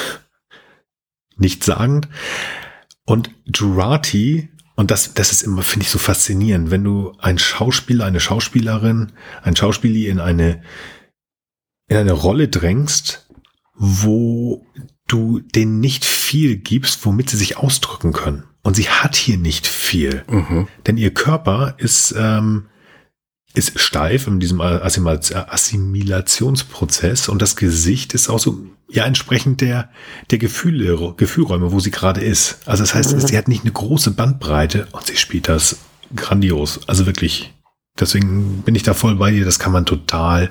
nichtssagend. Und Jurati, und das, das ist immer, finde ich, so faszinierend, wenn du einen Schauspieler, eine Schauspielerin, ein Schauspieler in eine, in eine Rolle drängst, wo du denen nicht viel gibst, womit sie sich ausdrücken können. Und sie hat hier nicht viel. Mhm. Denn ihr Körper ist, ähm, ist steif in diesem Assimilationsprozess und das Gesicht ist auch so, ja, entsprechend der, der Gefühle, Gefühlräume, wo sie gerade ist. Also das heißt, mhm. sie hat nicht eine große Bandbreite und sie spielt das grandios. Also wirklich, deswegen bin ich da voll bei dir, das kann man total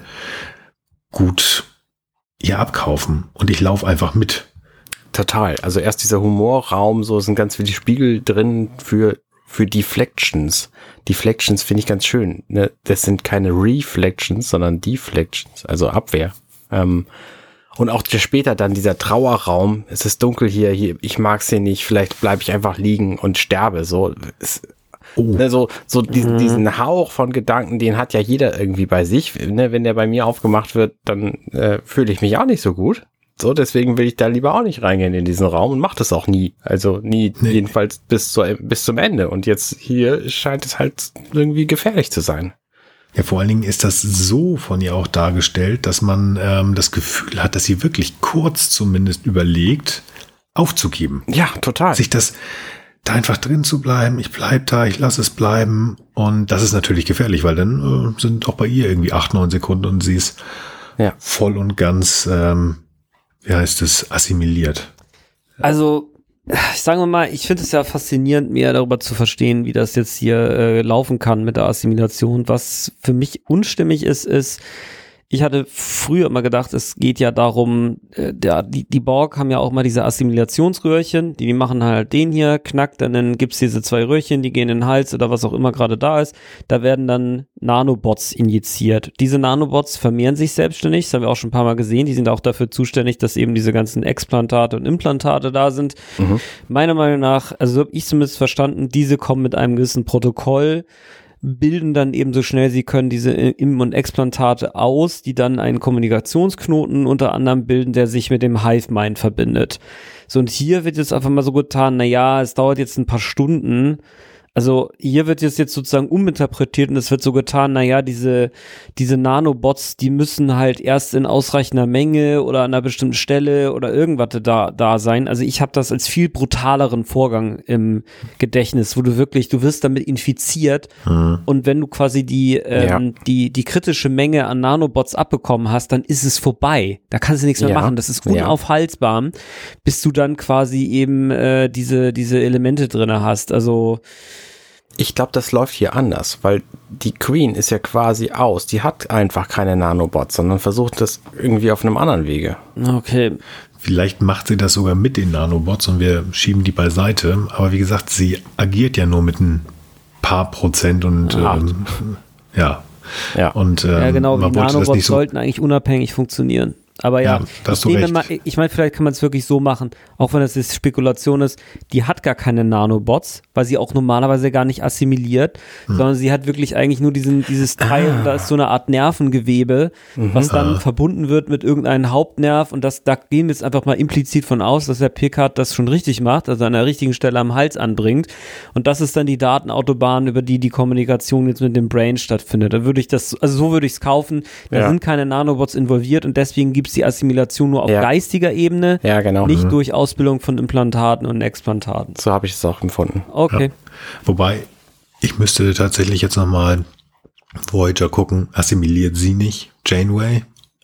gut ihr abkaufen und ich laufe einfach mit. Total. Also erst dieser Humorraum, so sind ganz viele Spiegel drin für, für Deflections. Deflections finde ich ganz schön. Ne? Das sind keine Reflections, sondern Deflections, also Abwehr. Ähm, und auch später dann dieser Trauerraum. Es ist dunkel hier, hier ich mag's hier nicht, vielleicht bleibe ich einfach liegen und sterbe. So, es, oh. ne, so, so diesen, diesen Hauch von Gedanken, den hat ja jeder irgendwie bei sich. Ne? Wenn der bei mir aufgemacht wird, dann äh, fühle ich mich auch nicht so gut. So, deswegen will ich da lieber auch nicht reingehen in diesen Raum und mache das auch nie. Also nie, nee. jedenfalls bis, zu, bis zum Ende. Und jetzt hier scheint es halt irgendwie gefährlich zu sein. Ja, vor allen Dingen ist das so von ihr auch dargestellt, dass man ähm, das Gefühl hat, dass sie wirklich kurz zumindest überlegt, aufzugeben. Ja, total. Sich das, da einfach drin zu bleiben, ich bleib da, ich lasse es bleiben. Und das ist natürlich gefährlich, weil dann äh, sind auch bei ihr irgendwie acht, neun Sekunden und sie ist ja. voll und ganz... Ähm, wie heißt es, assimiliert. Also, ich sage mal, ich finde es ja faszinierend, mehr darüber zu verstehen, wie das jetzt hier äh, laufen kann mit der Assimilation. Was für mich unstimmig ist, ist, ich hatte früher immer gedacht, es geht ja darum, äh, der, die, die Borg haben ja auch mal diese Assimilationsröhrchen, die, die machen halt den hier, knackt, dann gibt's diese zwei Röhrchen, die gehen in den Hals oder was auch immer gerade da ist. Da werden dann Nanobots injiziert. Diese Nanobots vermehren sich selbstständig, das haben wir auch schon ein paar Mal gesehen, die sind auch dafür zuständig, dass eben diese ganzen Explantate und Implantate da sind. Mhm. Meiner Meinung nach, also so habe ich zumindest verstanden, diese kommen mit einem gewissen Protokoll, bilden dann eben so schnell sie können diese Im- und Explantate aus, die dann einen Kommunikationsknoten unter anderem bilden, der sich mit dem Hive-Mind verbindet. So, und hier wird jetzt einfach mal so getan, na ja, es dauert jetzt ein paar Stunden. Also hier wird jetzt jetzt sozusagen uminterpretiert und es wird so getan, naja, diese, diese Nanobots, die müssen halt erst in ausreichender Menge oder an einer bestimmten Stelle oder irgendwas da, da sein. Also ich habe das als viel brutaleren Vorgang im Gedächtnis, wo du wirklich, du wirst damit infiziert mhm. und wenn du quasi die, ähm, ja. die, die kritische Menge an Nanobots abbekommen hast, dann ist es vorbei. Da kannst du nichts mehr ja. machen. Das ist unaufhaltsbar, ja. bis du dann quasi eben äh, diese, diese Elemente drinne hast. Also ich glaube, das läuft hier anders, weil die Queen ist ja quasi aus. Die hat einfach keine Nanobots, sondern versucht das irgendwie auf einem anderen Wege. Okay. Vielleicht macht sie das sogar mit den Nanobots und wir schieben die beiseite. Aber wie gesagt, sie agiert ja nur mit ein paar Prozent und ähm, ja. Ja. Und, ähm, ja, genau, man die wollte Nanobots das nicht so sollten eigentlich unabhängig funktionieren. Aber ja, ja ich, mal, ich meine, vielleicht kann man es wirklich so machen, auch wenn das jetzt Spekulation ist, die hat gar keine Nanobots, weil sie auch normalerweise gar nicht assimiliert, hm. sondern sie hat wirklich eigentlich nur diesen, dieses Teil, ah. und da ist so eine Art Nervengewebe, mhm. was dann ah. verbunden wird mit irgendeinem Hauptnerv und das, da gehen wir jetzt einfach mal implizit von aus, dass der Picard das schon richtig macht, also an der richtigen Stelle am Hals anbringt und das ist dann die Datenautobahn, über die die Kommunikation jetzt mit dem Brain stattfindet. Da würde ich das, also so würde ich es kaufen, da ja. sind keine Nanobots involviert und deswegen gibt es die Assimilation nur auf ja. geistiger Ebene, ja, genau. nicht mhm. durch Ausbildung von Implantaten und Explantaten. So habe ich es auch empfunden. Okay. Ja. Wobei, ich müsste tatsächlich jetzt nochmal Voyager gucken, assimiliert sie nicht Janeway?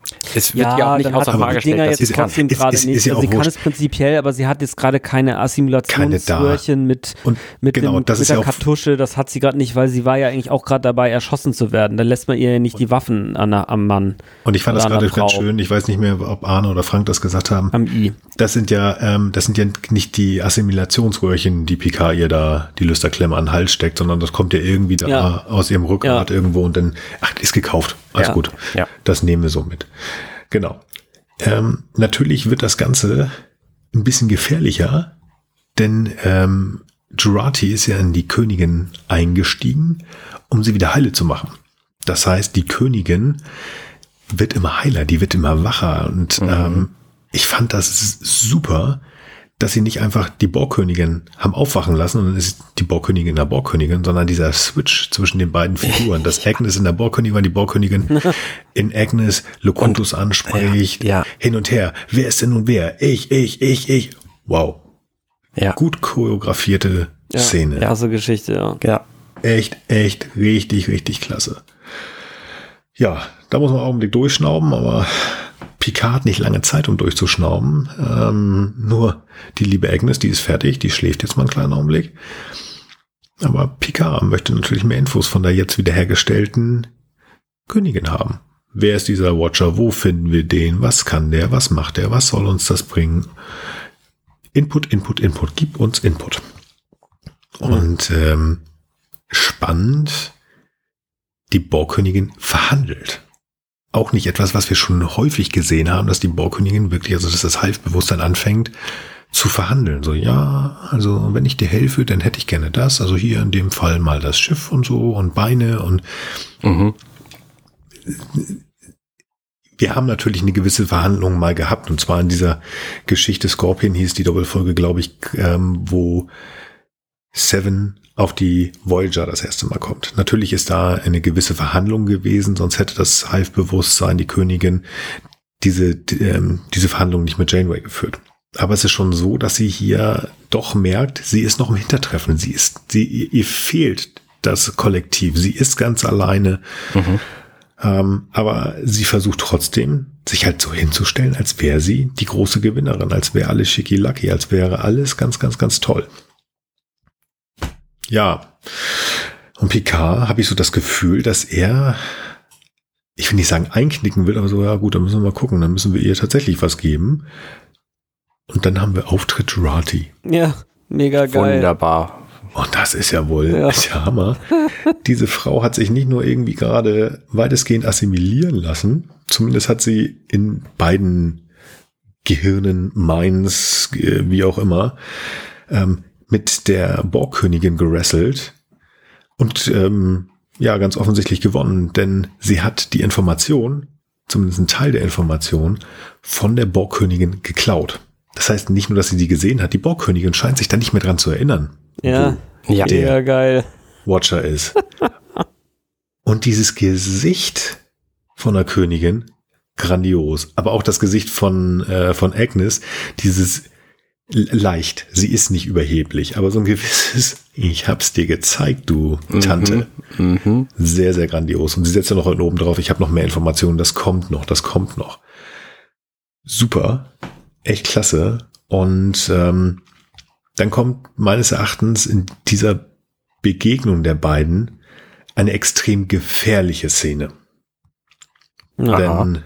Es wird ja, ja auch nicht außer Frage gestellt, dass sie kann. Trotzdem gerade nicht. Ja, also sie kann es prinzipiell, aber sie hat jetzt gerade keine Assimilationsröhrchen mit, mit, genau, dem, mit der Kartusche. Das hat sie gerade nicht, weil sie war ja eigentlich auch gerade dabei, erschossen zu werden. Dann lässt man ihr ja nicht die Waffen an, am Mann. Und ich fand das gerade ganz schön. Ich weiß nicht mehr, ob Arne oder Frank das gesagt haben. Am I. Das sind ja, ähm, das sind ja nicht die Assimilationsröhrchen, die Picard ihr da die Lüsterklemme an den Hals steckt, sondern das kommt ja irgendwie da ja. aus ihrem Rückgrat ja. irgendwo und dann, ach, ist gekauft. Alles ja. gut. Ja. Das nehmen wir so mit. Genau. Ähm, natürlich wird das Ganze ein bisschen gefährlicher, denn ähm, Jurati ist ja in die Königin eingestiegen, um sie wieder heile zu machen. Das heißt, die Königin wird immer heiler, die wird immer wacher und mhm. ähm, ich fand das super, dass sie nicht einfach die Borgkönigin haben aufwachen lassen und dann ist die Borgkönigin der Borgkönigin, sondern dieser Switch zwischen den beiden Figuren, dass Agnes in der Borgkönigin war, die Borgkönigin in Agnes Locutus und, anspricht, ja, ja. hin und her. Wer ist denn nun wer? Ich, ich, ich, ich. Wow. Ja. Gut choreografierte ja, Szene. Ja, so Geschichte, ja. ja. Echt, echt, richtig, richtig klasse. Ja, da muss man auch einen Augenblick durchschnauben, aber Picard hat nicht lange Zeit, um durchzuschnauben. Ähm, nur die liebe Agnes, die ist fertig, die schläft jetzt mal einen kleinen Augenblick. Aber Picard möchte natürlich mehr Infos von der jetzt wiederhergestellten Königin haben. Wer ist dieser Watcher? Wo finden wir den? Was kann der? Was macht der? Was soll uns das bringen? Input, Input, Input. Gib uns Input. Und ähm, spannend, die Borgkönigin verhandelt. Auch nicht etwas, was wir schon häufig gesehen haben, dass die Borgkönigin wirklich, also dass das Halbbewusstsein anfängt zu verhandeln. So, ja, also wenn ich dir helfe, dann hätte ich gerne das. Also hier in dem Fall mal das Schiff und so und Beine und mhm. wir haben natürlich eine gewisse Verhandlung mal gehabt und zwar in dieser Geschichte Scorpion hieß die Doppelfolge, glaube ich, ähm, wo Seven auf die Voyager das erste Mal kommt. Natürlich ist da eine gewisse Verhandlung gewesen, sonst hätte das Hive-Bewusstsein, die Königin, diese, ähm, diese Verhandlung nicht mit Janeway geführt. Aber es ist schon so, dass sie hier doch merkt, sie ist noch im Hintertreffen. Sie ist, sie, ihr, ihr fehlt das Kollektiv. Sie ist ganz alleine. Mhm. Ähm, aber sie versucht trotzdem, sich halt so hinzustellen, als wäre sie die große Gewinnerin, als wäre alles schicki-lacki, als wäre alles ganz, ganz, ganz toll. Ja, und Picard habe ich so das Gefühl, dass er, ich will nicht sagen einknicken will, aber so, ja gut, dann müssen wir mal gucken, dann müssen wir ihr tatsächlich was geben. Und dann haben wir Auftritt Jurati. Ja, mega geil. Wunderbar. Und das ist ja wohl, ja. ist ja Hammer. Diese Frau hat sich nicht nur irgendwie gerade weitestgehend assimilieren lassen, zumindest hat sie in beiden Gehirnen, Minds, wie auch immer, ähm, mit der Borgkönigin gerasselt und ähm, ja, ganz offensichtlich gewonnen, denn sie hat die Information, zumindest einen Teil der Information, von der Borgkönigin geklaut. Das heißt nicht nur, dass sie die gesehen hat, die Borgkönigin scheint sich da nicht mehr dran zu erinnern. Ja, ja. Der ja, geil. Watcher ist. Und dieses Gesicht von der Königin, grandios. Aber auch das Gesicht von, äh, von Agnes, dieses leicht, sie ist nicht überheblich, aber so ein gewisses, ich hab's dir gezeigt, du Tante. Mhm, mhm. Sehr, sehr grandios. Und sie setzt ja noch oben drauf, ich habe noch mehr Informationen, das kommt noch, das kommt noch. Super, echt klasse. Und ähm, dann kommt meines Erachtens in dieser Begegnung der beiden eine extrem gefährliche Szene. Aha. Denn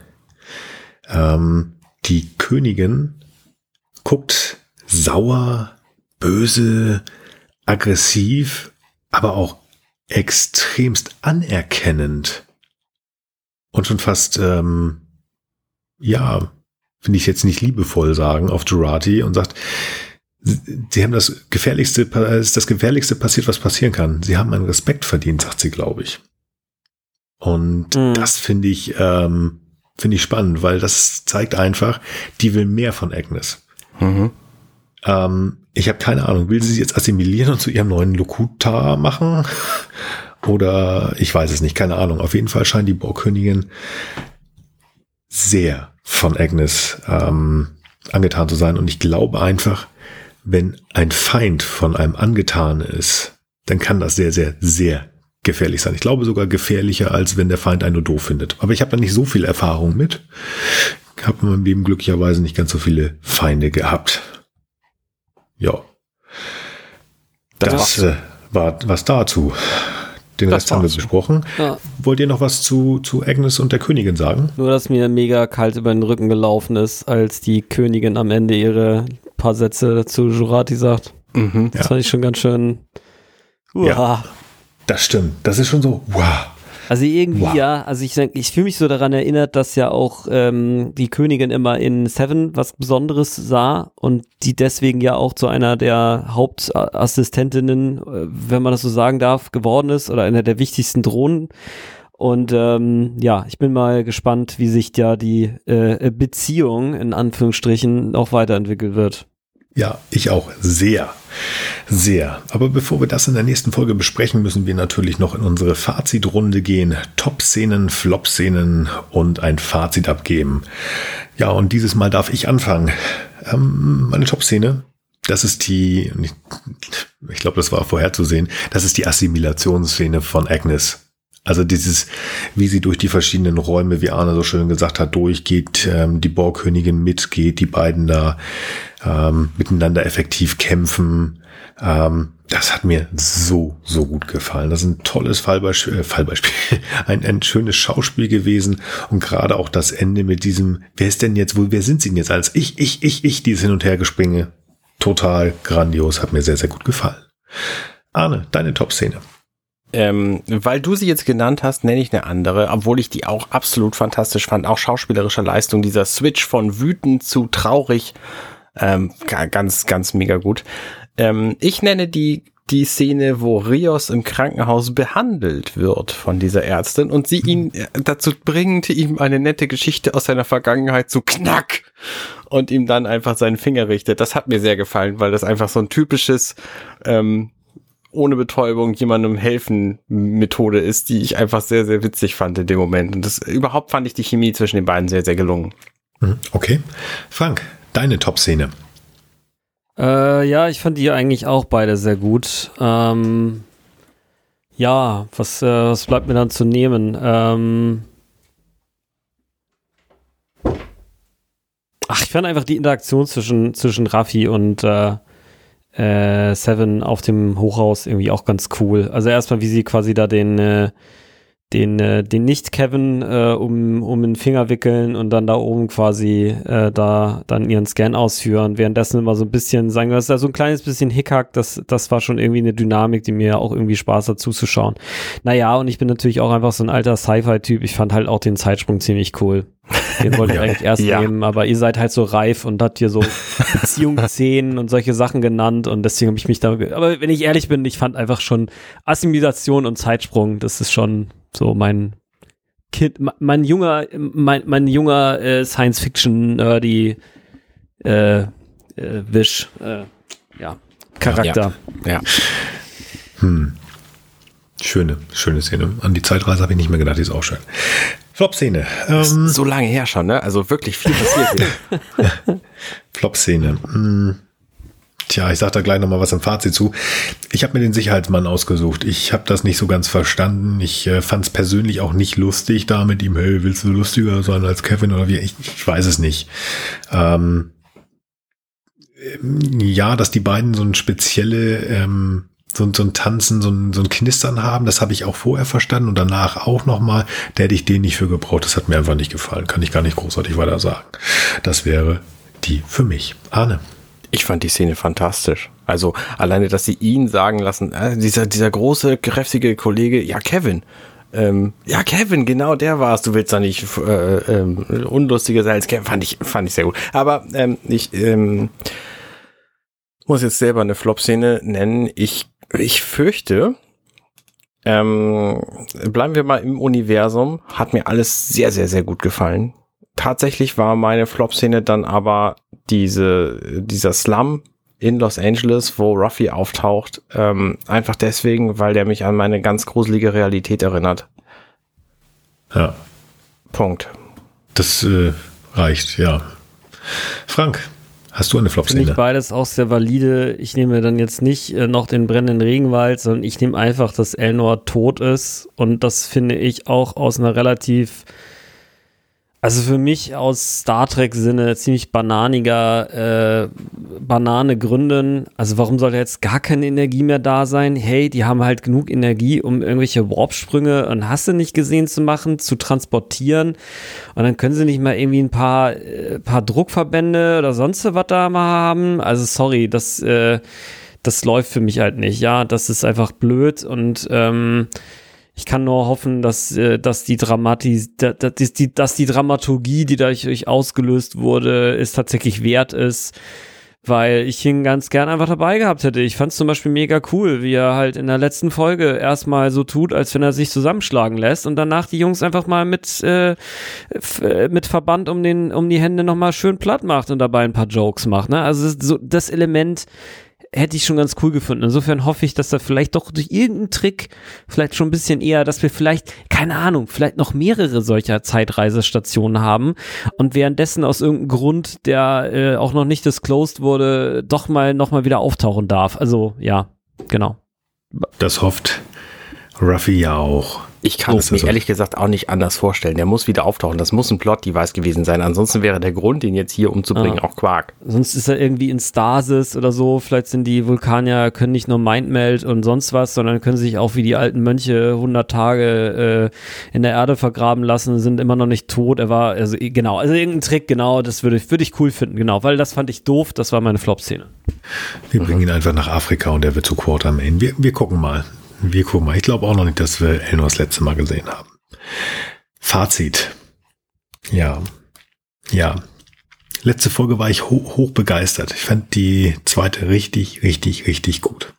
ähm, die Königin guckt sauer, böse, aggressiv, aber auch extremst anerkennend und schon fast, ähm, ja, finde ich jetzt nicht liebevoll sagen, auf Jurati und sagt, sie haben das Gefährlichste, es ist das Gefährlichste passiert, was passieren kann. Sie haben einen Respekt verdient, sagt sie, glaube ich. Und mhm. das finde ich, ähm, finde ich spannend, weil das zeigt einfach, die will mehr von Agnes. Mhm. Ähm, ich habe keine Ahnung, will sie sich jetzt assimilieren und zu ihrem neuen Locuta machen? Oder ich weiß es nicht, keine Ahnung. Auf jeden Fall scheint die Borgkönigin sehr von Agnes ähm, angetan zu sein. Und ich glaube einfach, wenn ein Feind von einem angetan ist, dann kann das sehr, sehr, sehr gefährlich sein. Ich glaube sogar gefährlicher, als wenn der Feind einen nur doof findet. Aber ich habe da nicht so viel Erfahrung mit. Ich habe in meinem Leben glücklicherweise nicht ganz so viele Feinde gehabt. Ja. Das, das äh, war was dazu. Den das Rest haben wir so. besprochen. Ja. Wollt ihr noch was zu, zu Agnes und der Königin sagen? Nur, dass mir mega kalt über den Rücken gelaufen ist, als die Königin am Ende ihre paar Sätze zu Jurati sagt. Mhm. Das ja. fand ich schon ganz schön. Uah. Ja, das stimmt. Das ist schon so. Wow. Also irgendwie wow. ja, also ich, ich fühle mich so daran erinnert, dass ja auch ähm, die Königin immer in Seven was Besonderes sah und die deswegen ja auch zu einer der Hauptassistentinnen, äh, wenn man das so sagen darf, geworden ist oder einer der wichtigsten Drohnen. Und ähm, ja, ich bin mal gespannt, wie sich ja die äh, Beziehung in Anführungsstrichen noch weiterentwickelt wird. Ja, ich auch. Sehr, sehr. Aber bevor wir das in der nächsten Folge besprechen, müssen wir natürlich noch in unsere Fazitrunde gehen. Top-Szenen, Flop-Szenen und ein Fazit abgeben. Ja, und dieses Mal darf ich anfangen. Ähm, meine Top-Szene, das ist die, ich glaube, das war vorherzusehen, das ist die Assimilationsszene von Agnes. Also dieses, wie sie durch die verschiedenen Räume, wie Arne so schön gesagt hat, durchgeht, ähm, die Borgkönigin mitgeht, die beiden da ähm, miteinander effektiv kämpfen. Ähm, das hat mir so, so gut gefallen. Das ist ein tolles Fallbeispiel, äh, Fallbeispiel, ein, ein schönes Schauspiel gewesen. Und gerade auch das Ende mit diesem, wer ist denn jetzt, wo, wer sind sie denn jetzt als ich, ich, ich, ich, dieses Hin- und Hergespringe. Total grandios, hat mir sehr, sehr gut gefallen. Arne, deine Top-Szene. Ähm, weil du sie jetzt genannt hast, nenne ich eine andere, obwohl ich die auch absolut fantastisch fand, auch schauspielerische Leistung, dieser Switch von wütend zu traurig, ähm, ganz, ganz mega gut. Ähm, ich nenne die die Szene, wo Rios im Krankenhaus behandelt wird von dieser Ärztin und sie ihn dazu bringt, ihm eine nette Geschichte aus seiner Vergangenheit zu knack und ihm dann einfach seinen Finger richtet. Das hat mir sehr gefallen, weil das einfach so ein typisches ähm, ohne Betäubung jemandem helfen Methode ist, die ich einfach sehr, sehr witzig fand in dem Moment. Und das überhaupt fand ich die Chemie zwischen den beiden sehr, sehr gelungen. Okay. Frank, deine Top-Szene. Äh, ja, ich fand die eigentlich auch beide sehr gut. Ähm, ja, was, äh, was bleibt mir dann zu nehmen? Ähm, ach, ich fand einfach die Interaktion zwischen, zwischen Raffi und äh, Äh, Seven auf dem Hochhaus irgendwie auch ganz cool. Also erstmal, wie sie quasi da den äh, den äh, den Nicht-Kevin äh, um um den Finger wickeln und dann da oben quasi äh, da dann ihren Scan ausführen. Währenddessen immer so ein bisschen, sagen wir, das ist da so ein kleines bisschen Hickhack. Das das war schon irgendwie eine Dynamik, die mir auch irgendwie Spaß hat zuzuschauen. Naja, und ich bin natürlich auch einfach so ein alter Sci-Fi-Typ. Ich fand halt auch den Zeitsprung ziemlich cool. Den wollte ich ja. eigentlich erst ja. nehmen, aber ihr seid halt so reif und habt hier so Beziehungsszenen und solche Sachen genannt und deswegen habe ich mich da, aber wenn ich ehrlich bin, ich fand einfach schon Assimilation und Zeitsprung, das ist schon so mein Kind, mein junger, mein, mein junger äh, Science-Fiction-Nerdy äh, äh, Wish, äh, ja, Charakter. Ja. ja. Hm. Schöne, schöne Szene. An die Zeitreise habe ich nicht mehr gedacht, die ist auch schön. Flop-Szene. Ähm, so lange her schon, ne? Also wirklich viel passiert hier. Flop-Szene. Hm. Tja, ich sag da gleich nochmal was im Fazit zu. Ich habe mir den Sicherheitsmann ausgesucht. Ich habe das nicht so ganz verstanden. Ich äh, fand es persönlich auch nicht lustig da mit ihm. Hey, willst du lustiger sein als Kevin oder wie? Ich, ich weiß es nicht. Ähm, ja, dass die beiden so ein spezielle ähm, So, so ein Tanzen, so ein, so ein Knistern haben, das habe ich auch vorher verstanden und danach auch nochmal. Da hätte ich den nicht für gebraucht. Das hat mir einfach nicht gefallen. Kann ich gar nicht großartig weiter sagen. Das wäre die für mich. Arne. Ich fand die Szene fantastisch. Also alleine, dass sie ihn sagen lassen, äh, dieser, dieser große, kräftige Kollege, ja Kevin, ähm, ja Kevin, genau der war's. Du willst da nicht äh, ähm, unlustiger sein als Kevin. Fand ich, fand ich sehr gut. Aber ähm, ich ähm, muss jetzt selber eine Flop-Szene nennen. Ich Ich fürchte, ähm, bleiben wir mal im Universum, hat mir alles sehr, sehr, sehr gut gefallen. Tatsächlich war meine Flop-Szene dann aber diese, dieser Slum in Los Angeles, wo Ruffy auftaucht, ähm, einfach deswegen, weil der mich an meine ganz gruselige Realität erinnert. Ja. Punkt. Das äh, reicht, ja. Frank, Hast du eine Finde Flop-Szene? ich beides auch sehr valide. Ich nehme dann jetzt nicht äh, noch den brennenden Regenwald, sondern ich nehme einfach, dass Elnor tot ist. Und das finde ich auch aus einer relativ, also für mich aus Star Trek-Sinne ziemlich bananiger äh, Banane gründen. Also warum soll jetzt gar keine Energie mehr da sein? Hey, die haben halt genug Energie, um irgendwelche Warpsprünge und hast du nicht gesehen zu machen, zu transportieren. Und dann können sie nicht mal irgendwie ein paar, äh, paar Druckverbände oder sonst was da mal haben. Also sorry, das, äh, das läuft für mich halt nicht. Ja, das ist einfach blöd und ähm, ich kann nur hoffen, dass, äh, dass, die Dramatis, dass, die, dass die Dramaturgie, die dadurch ausgelöst wurde, es tatsächlich wert ist, weil ich ihn ganz gern einfach dabei gehabt hätte. Ich fand es zum Beispiel mega cool, wie er halt in der letzten Folge erstmal so tut, als wenn er sich zusammenschlagen lässt und danach die Jungs einfach mal mit, äh, f- mit Verband um, den, um die Hände nochmal schön platt macht und dabei ein paar Jokes macht. Ne? Also das, so, das Element hätte ich schon ganz cool gefunden. Insofern hoffe ich, dass da vielleicht doch durch irgendeinen Trick vielleicht schon ein bisschen eher, dass wir vielleicht, keine Ahnung, vielleicht noch mehrere solcher Zeitreisestationen haben und währenddessen aus irgendeinem Grund, der äh, auch noch nicht disclosed wurde, doch mal noch mal wieder auftauchen darf. Also ja, genau. Das hofft Ruffy ja auch. Ich kann Oh, es mir also- ehrlich gesagt auch nicht anders vorstellen. Der muss wieder auftauchen. Das muss ein Plot-Device gewesen sein. Ansonsten wäre der Grund, ihn jetzt hier umzubringen, Ah. auch Quark. Sonst ist er irgendwie in Stasis oder so. Vielleicht sind die Vulkanier, können nicht nur Mindmeld und sonst was, sondern können sich auch wie die alten Mönche hundert Tage äh, in der Erde vergraben lassen, sind immer noch nicht tot. Er war, also genau, also irgendein Trick, genau, das würde würde ich cool finden, genau, weil das fand ich doof, das war meine Flop-Szene. Wir bringen ihn einfach nach Afrika und er wird zu Quartermain. Wir, wir gucken mal. Wir gucken mal. Ich glaube auch noch nicht, dass wir Elnor das letzte Mal gesehen haben. Fazit. Ja. Ja. Letzte Folge war ich hoch, hoch begeistert. Ich fand die zweite richtig, richtig, richtig gut.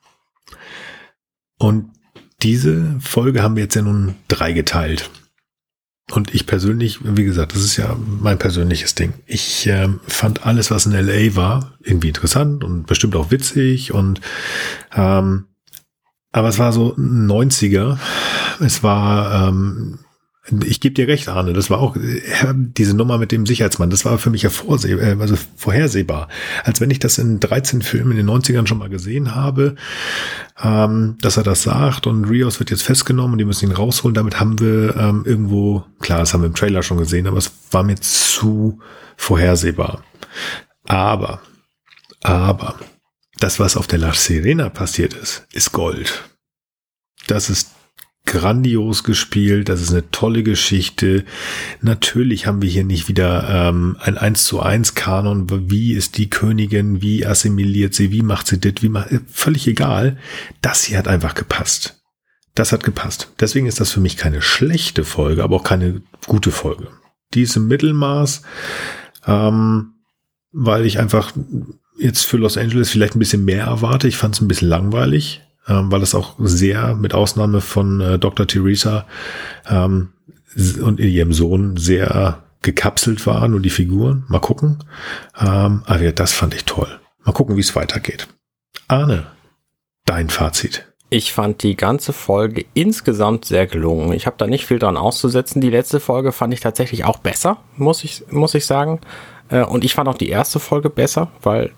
Und diese Folge haben wir jetzt ja nun drei geteilt. Und ich persönlich, wie gesagt, das ist ja mein persönliches Ding. Ich äh, fand alles, was in L A war, irgendwie interessant und bestimmt auch witzig und ähm, aber es war so neunziger. Es war, ähm, ich gebe dir recht, Arne, das war auch äh, diese Nummer mit dem Sicherheitsmann, das war für mich ja vorseh- äh, also vorhersehbar. Als wenn ich das in dreizehn Filmen in den neunzigern schon mal gesehen habe, ähm, dass er das sagt und Rios wird jetzt festgenommen und die müssen ihn rausholen. Damit haben wir ähm, irgendwo, klar, das haben wir im Trailer schon gesehen, aber es war mir zu vorhersehbar. Aber, aber, das, was auf der La Sirena passiert ist, ist Gold. Das ist grandios gespielt, das ist eine tolle Geschichte. Natürlich haben wir hier nicht wieder ähm, ein eins zu eins Kanon, wie ist die Königin, wie assimiliert sie, wie macht sie das, wie macht, völlig egal. Das hier hat einfach gepasst. Das hat gepasst. Deswegen ist das für mich keine schlechte Folge, aber auch keine gute Folge. Die ist im Mittelmaß, ähm, weil ich einfach jetzt für Los Angeles vielleicht ein bisschen mehr erwarte. Ich fand es ein bisschen langweilig, ähm, weil es auch sehr, mit Ausnahme von äh, Doktor Teresa ähm, und ihrem Sohn, sehr gekapselt war, nur die Figuren. Mal gucken. Ähm, aber ja, das fand ich toll. Mal gucken, wie es weitergeht. Arne, dein Fazit. Ich fand die ganze Folge insgesamt sehr gelungen. Ich habe da nicht viel dran auszusetzen. Die letzte Folge fand ich tatsächlich auch besser, muss ich, muss ich sagen. Und ich fand auch die erste Folge besser, weil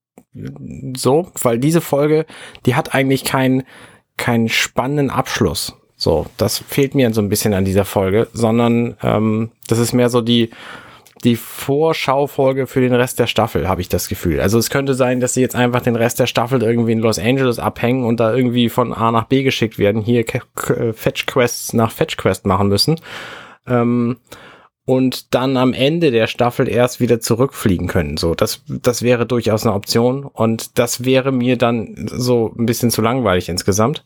so, weil diese Folge, die hat eigentlich keinen keinen spannenden Abschluss. So, das fehlt mir so ein bisschen an dieser Folge, sondern ähm, das ist mehr so die die Vorschaufolge für den Rest der Staffel, habe ich das Gefühl. Also es könnte sein, dass sie jetzt einfach den Rest der Staffel irgendwie in Los Angeles abhängen und da irgendwie von A nach B geschickt werden, hier Fetch-Quests nach Fetch-Quest machen müssen. Ähm, und dann am Ende der Staffel erst wieder zurückfliegen können. So, das, das wäre durchaus eine Option und das wäre mir dann so ein bisschen zu langweilig insgesamt.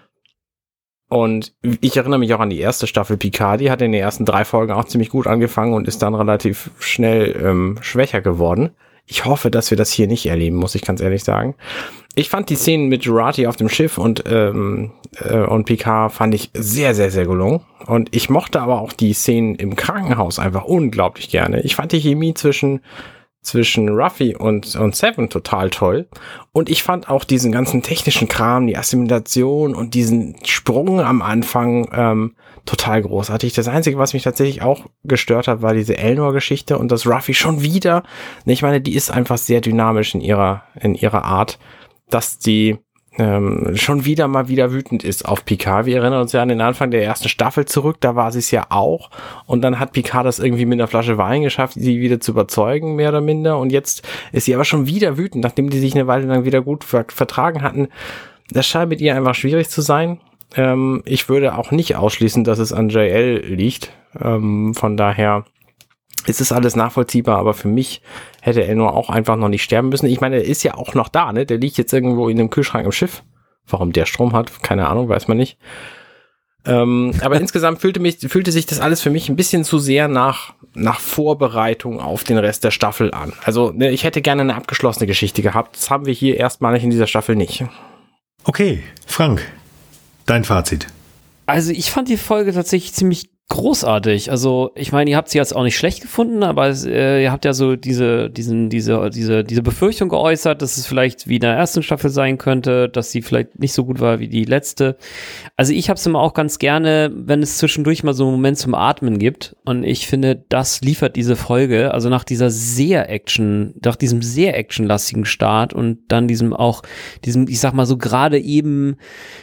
Und ich erinnere mich auch an die erste Staffel Picard, die hat in den ersten drei Folgen auch ziemlich gut angefangen und ist dann relativ schnell ähm, schwächer geworden. Ich hoffe, dass wir das hier nicht erleben, muss ich ganz ehrlich sagen. Ich fand die Szenen mit Jurati auf dem Schiff und ähm, äh, und Picard fand ich sehr, sehr, sehr gelungen. Und ich mochte aber auch die Szenen im Krankenhaus einfach unglaublich gerne. Ich fand die Chemie zwischen zwischen Ruffy und, und Seven total toll. Und ich fand auch diesen ganzen technischen Kram, die Assimilation und diesen Sprung am Anfang ähm, total großartig. Das Einzige, was mich tatsächlich auch gestört hat, war diese Elnor-Geschichte und das Ruffy schon wieder. Ich meine, die ist einfach sehr dynamisch in ihrer, in ihrer Art, dass die ähm, schon wieder mal wieder wütend ist auf Picard. Wir erinnern uns ja an den Anfang der ersten Staffel zurück, da war sie es ja auch. Und dann hat Picard das irgendwie mit einer Flasche Wein geschafft, sie wieder zu überzeugen, mehr oder minder. Und jetzt ist sie aber schon wieder wütend, nachdem die sich eine Weile lang wieder gut ver- vertragen hatten. Das scheint mit ihr einfach schwierig zu sein. Ähm, ich würde auch nicht ausschließen, dass es an J L liegt. Ähm, von daher ist es alles nachvollziehbar, aber für mich hätte er nur auch einfach noch nicht sterben müssen. Ich meine, er ist ja auch noch da, ne? Der liegt jetzt irgendwo in dem Kühlschrank im Schiff. Warum der Strom hat, keine Ahnung, weiß man nicht. Ähm, aber insgesamt fühlte mich, fühlte sich das alles für mich ein bisschen zu sehr nach, nach Vorbereitung auf den Rest der Staffel an. Also, ne, ich hätte gerne eine abgeschlossene Geschichte gehabt. Das haben wir hier erstmalig in dieser Staffel nicht. Okay, Frank, dein Fazit. Also ich fand die Folge tatsächlich ziemlich großartig. Also ich meine, ihr habt sie jetzt auch nicht schlecht gefunden, aber es, äh, ihr habt ja so diese, diesen, diese, diese, diese Befürchtung geäußert, dass es vielleicht wie in der ersten Staffel sein könnte, dass sie vielleicht nicht so gut war wie die letzte. Also ich habe es immer auch ganz gerne, wenn es zwischendurch mal so einen Moment zum Atmen gibt. Und ich finde, das liefert diese Folge. Also nach dieser sehr Action, nach diesem sehr actionlastigen Start und dann diesem auch, diesem, ich sag mal so gerade eben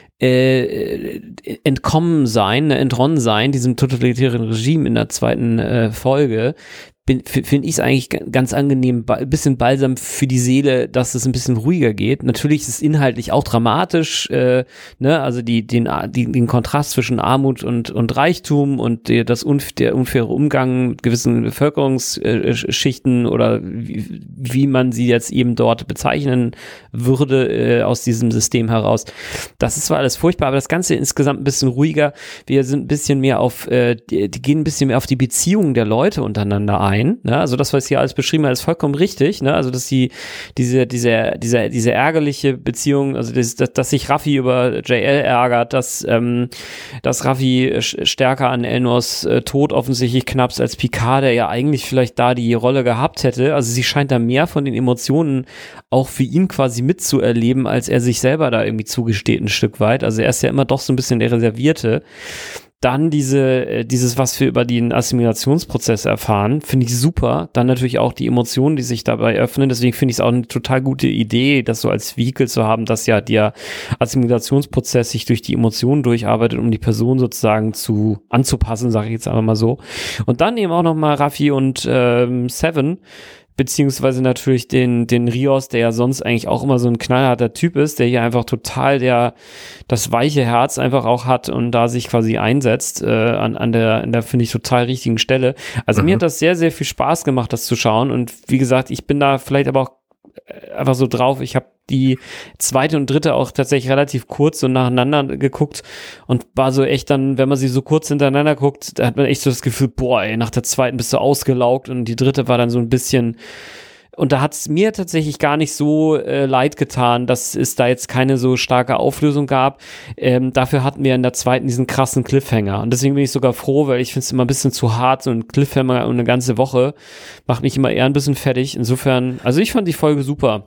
Äh, entkommen sein, ne, entronnen sein, diesem totalitären Regime in der zweiten äh, Folge, finde ich es eigentlich g- ganz angenehm, ein bisschen Balsam für die Seele, dass es ein bisschen ruhiger geht. Natürlich ist es inhaltlich auch dramatisch, äh, ne, also die, den, die, den Kontrast zwischen Armut und, und Reichtum und die, das unf- der unfaire Umgang mit gewissen Bevölkerungsschichten oder wie, wie man sie jetzt eben dort bezeichnen würde äh, aus diesem System heraus. Das ist zwar alles furchtbar, aber das Ganze insgesamt ein bisschen ruhiger. Wir sind ein bisschen mehr auf, äh, die, die gehen ein bisschen mehr auf die Beziehungen der Leute untereinander ein. Ne? Also das, was hier alles beschrieben hat, ist vollkommen richtig. Ne? Also dass die diese diese diese diese ärgerliche Beziehung, also das, dass, dass sich Raffi über J L ärgert, dass ähm, dass Raffi stärker an Elnors äh, Tod offensichtlich knappst als Picard, der ja eigentlich vielleicht da die Rolle gehabt hätte. Also sie scheint da mehr von den Emotionen auch für ihn quasi mitzuerleben, als er sich selber da irgendwie zugesteht ein Stück weit. Also er ist ja immer doch so ein bisschen der Reservierte. Dann diese, dieses, was wir über den Assimilationsprozess erfahren, finde ich super. Dann natürlich auch die Emotionen, die sich dabei öffnen. Deswegen finde ich es auch eine total gute Idee, das so als Vehikel zu haben, dass ja der Assimilationsprozess sich durch die Emotionen durcharbeitet, um die Person sozusagen zu anzupassen, sage ich jetzt einfach mal so. Und dann eben auch nochmal Raffi und ähm, Seven, beziehungsweise natürlich den, den Rios, der ja sonst eigentlich auch immer so ein knallharter Typ ist, der hier einfach total der, das weiche Herz einfach auch hat und da sich quasi einsetzt, äh, an, an der, an der, finde ich, total richtigen Stelle. Also mhm. mir hat das sehr, sehr viel Spaß gemacht, das zu schauen und wie gesagt, ich bin da vielleicht aber auch einfach so drauf, ich habe die zweite und dritte auch tatsächlich relativ kurz so nacheinander geguckt und war so echt dann, wenn man sie so kurz hintereinander guckt, da hat man echt so das Gefühl, boah ey, nach der zweiten bist du ausgelaugt und die dritte war dann so ein bisschen, und da hat es mir tatsächlich gar nicht so äh, leid getan, dass es da jetzt keine so starke Auflösung gab. Ähm, dafür hatten wir in der zweiten diesen krassen Cliffhanger und deswegen bin ich sogar froh, weil ich finde es immer ein bisschen zu hart, so ein Cliffhanger und eine ganze Woche macht mich immer eher ein bisschen fertig. Insofern, also ich fand die Folge super.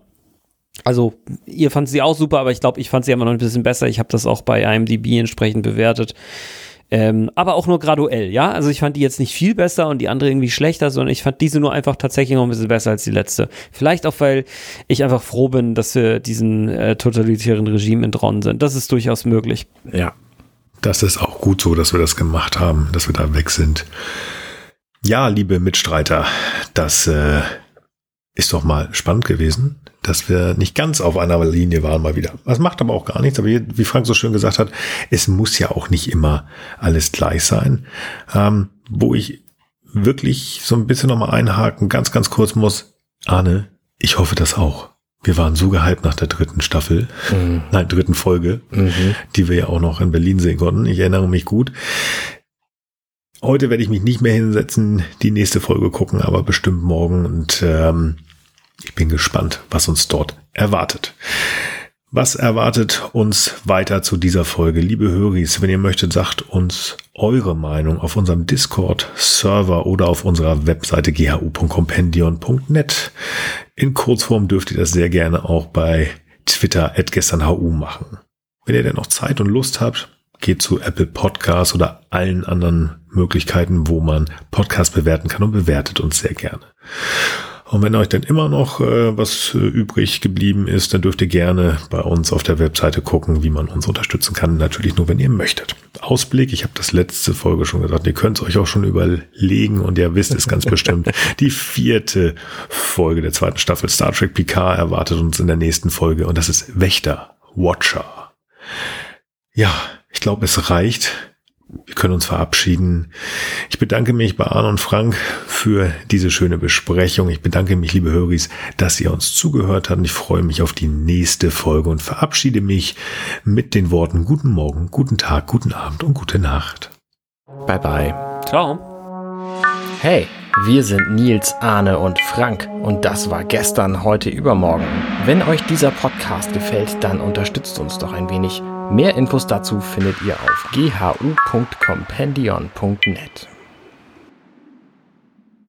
Also, ihr fand sie auch super, aber ich glaube, ich fand sie immer noch ein bisschen besser. Ich habe das auch bei I M D B entsprechend bewertet. Ähm, aber auch nur graduell, ja? Also ich fand die jetzt nicht viel besser und die andere irgendwie schlechter, sondern ich fand diese nur einfach tatsächlich noch ein bisschen besser als die letzte. Vielleicht auch, weil ich einfach froh bin, dass wir diesen äh, totalitären Regime entronnen sind. Das ist durchaus möglich. Ja, das ist auch gut so, dass wir das gemacht haben, dass wir da weg sind. Ja, liebe Mitstreiter, das äh, ist doch mal spannend gewesen, dass wir nicht ganz auf einer Linie waren mal wieder. Das macht aber auch gar nichts. Aber wie Frank so schön gesagt hat, es muss ja auch nicht immer alles gleich sein. Ähm, wo ich wirklich so ein bisschen nochmal einhaken, ganz, ganz kurz muss. Arne, ich hoffe das auch. Wir waren so gehypt nach der dritten Staffel, mhm. nein, dritten Folge, mhm. die wir ja auch noch in Berlin sehen konnten. Ich erinnere mich gut. Heute werde ich mich nicht mehr hinsetzen, die nächste Folge gucken, aber bestimmt morgen und ähm, ich bin gespannt, was uns dort erwartet. Was erwartet uns weiter zu dieser Folge? Liebe Höris, wenn ihr möchtet, sagt uns eure Meinung auf unserem Discord-Server oder auf unserer Webseite g h u punkt compendion punkt net. In Kurzform dürft ihr das sehr gerne auch bei Twitter at gestern h u machen. Wenn ihr denn noch Zeit und Lust habt, geht zu Apple Podcasts oder allen anderen Möglichkeiten, wo man Podcasts bewerten kann, und bewertet uns sehr gerne. Und wenn euch dann immer noch äh, was äh, übrig geblieben ist, dann dürft ihr gerne bei uns auf der Webseite gucken, wie man uns unterstützen kann. Natürlich nur, wenn ihr möchtet. Ausblick, ich habe das letzte Folge schon gesagt, ihr könnt es euch auch schon überlegen und ihr wisst es ganz bestimmt. Die vierte Folge der zweiten Staffel Star Trek Picard erwartet uns in der nächsten Folge und das ist Wächter, Watcher. Ja, ich glaube, es reicht. Wir können uns verabschieden. Ich bedanke mich bei Arne und Frank für diese schöne Besprechung. Ich bedanke mich, liebe Höris, dass ihr uns zugehört habt. Ich freue mich auf die nächste Folge und verabschiede mich mit den Worten guten Morgen, guten Tag, guten Abend und gute Nacht. Bye bye. Ciao. Hey, wir sind Nils, Arne und Frank und das war gestern, heute, übermorgen. Wenn euch dieser Podcast gefällt, dann unterstützt uns doch ein wenig. Mehr Infos dazu findet ihr auf g h u punkt compendion punkt net.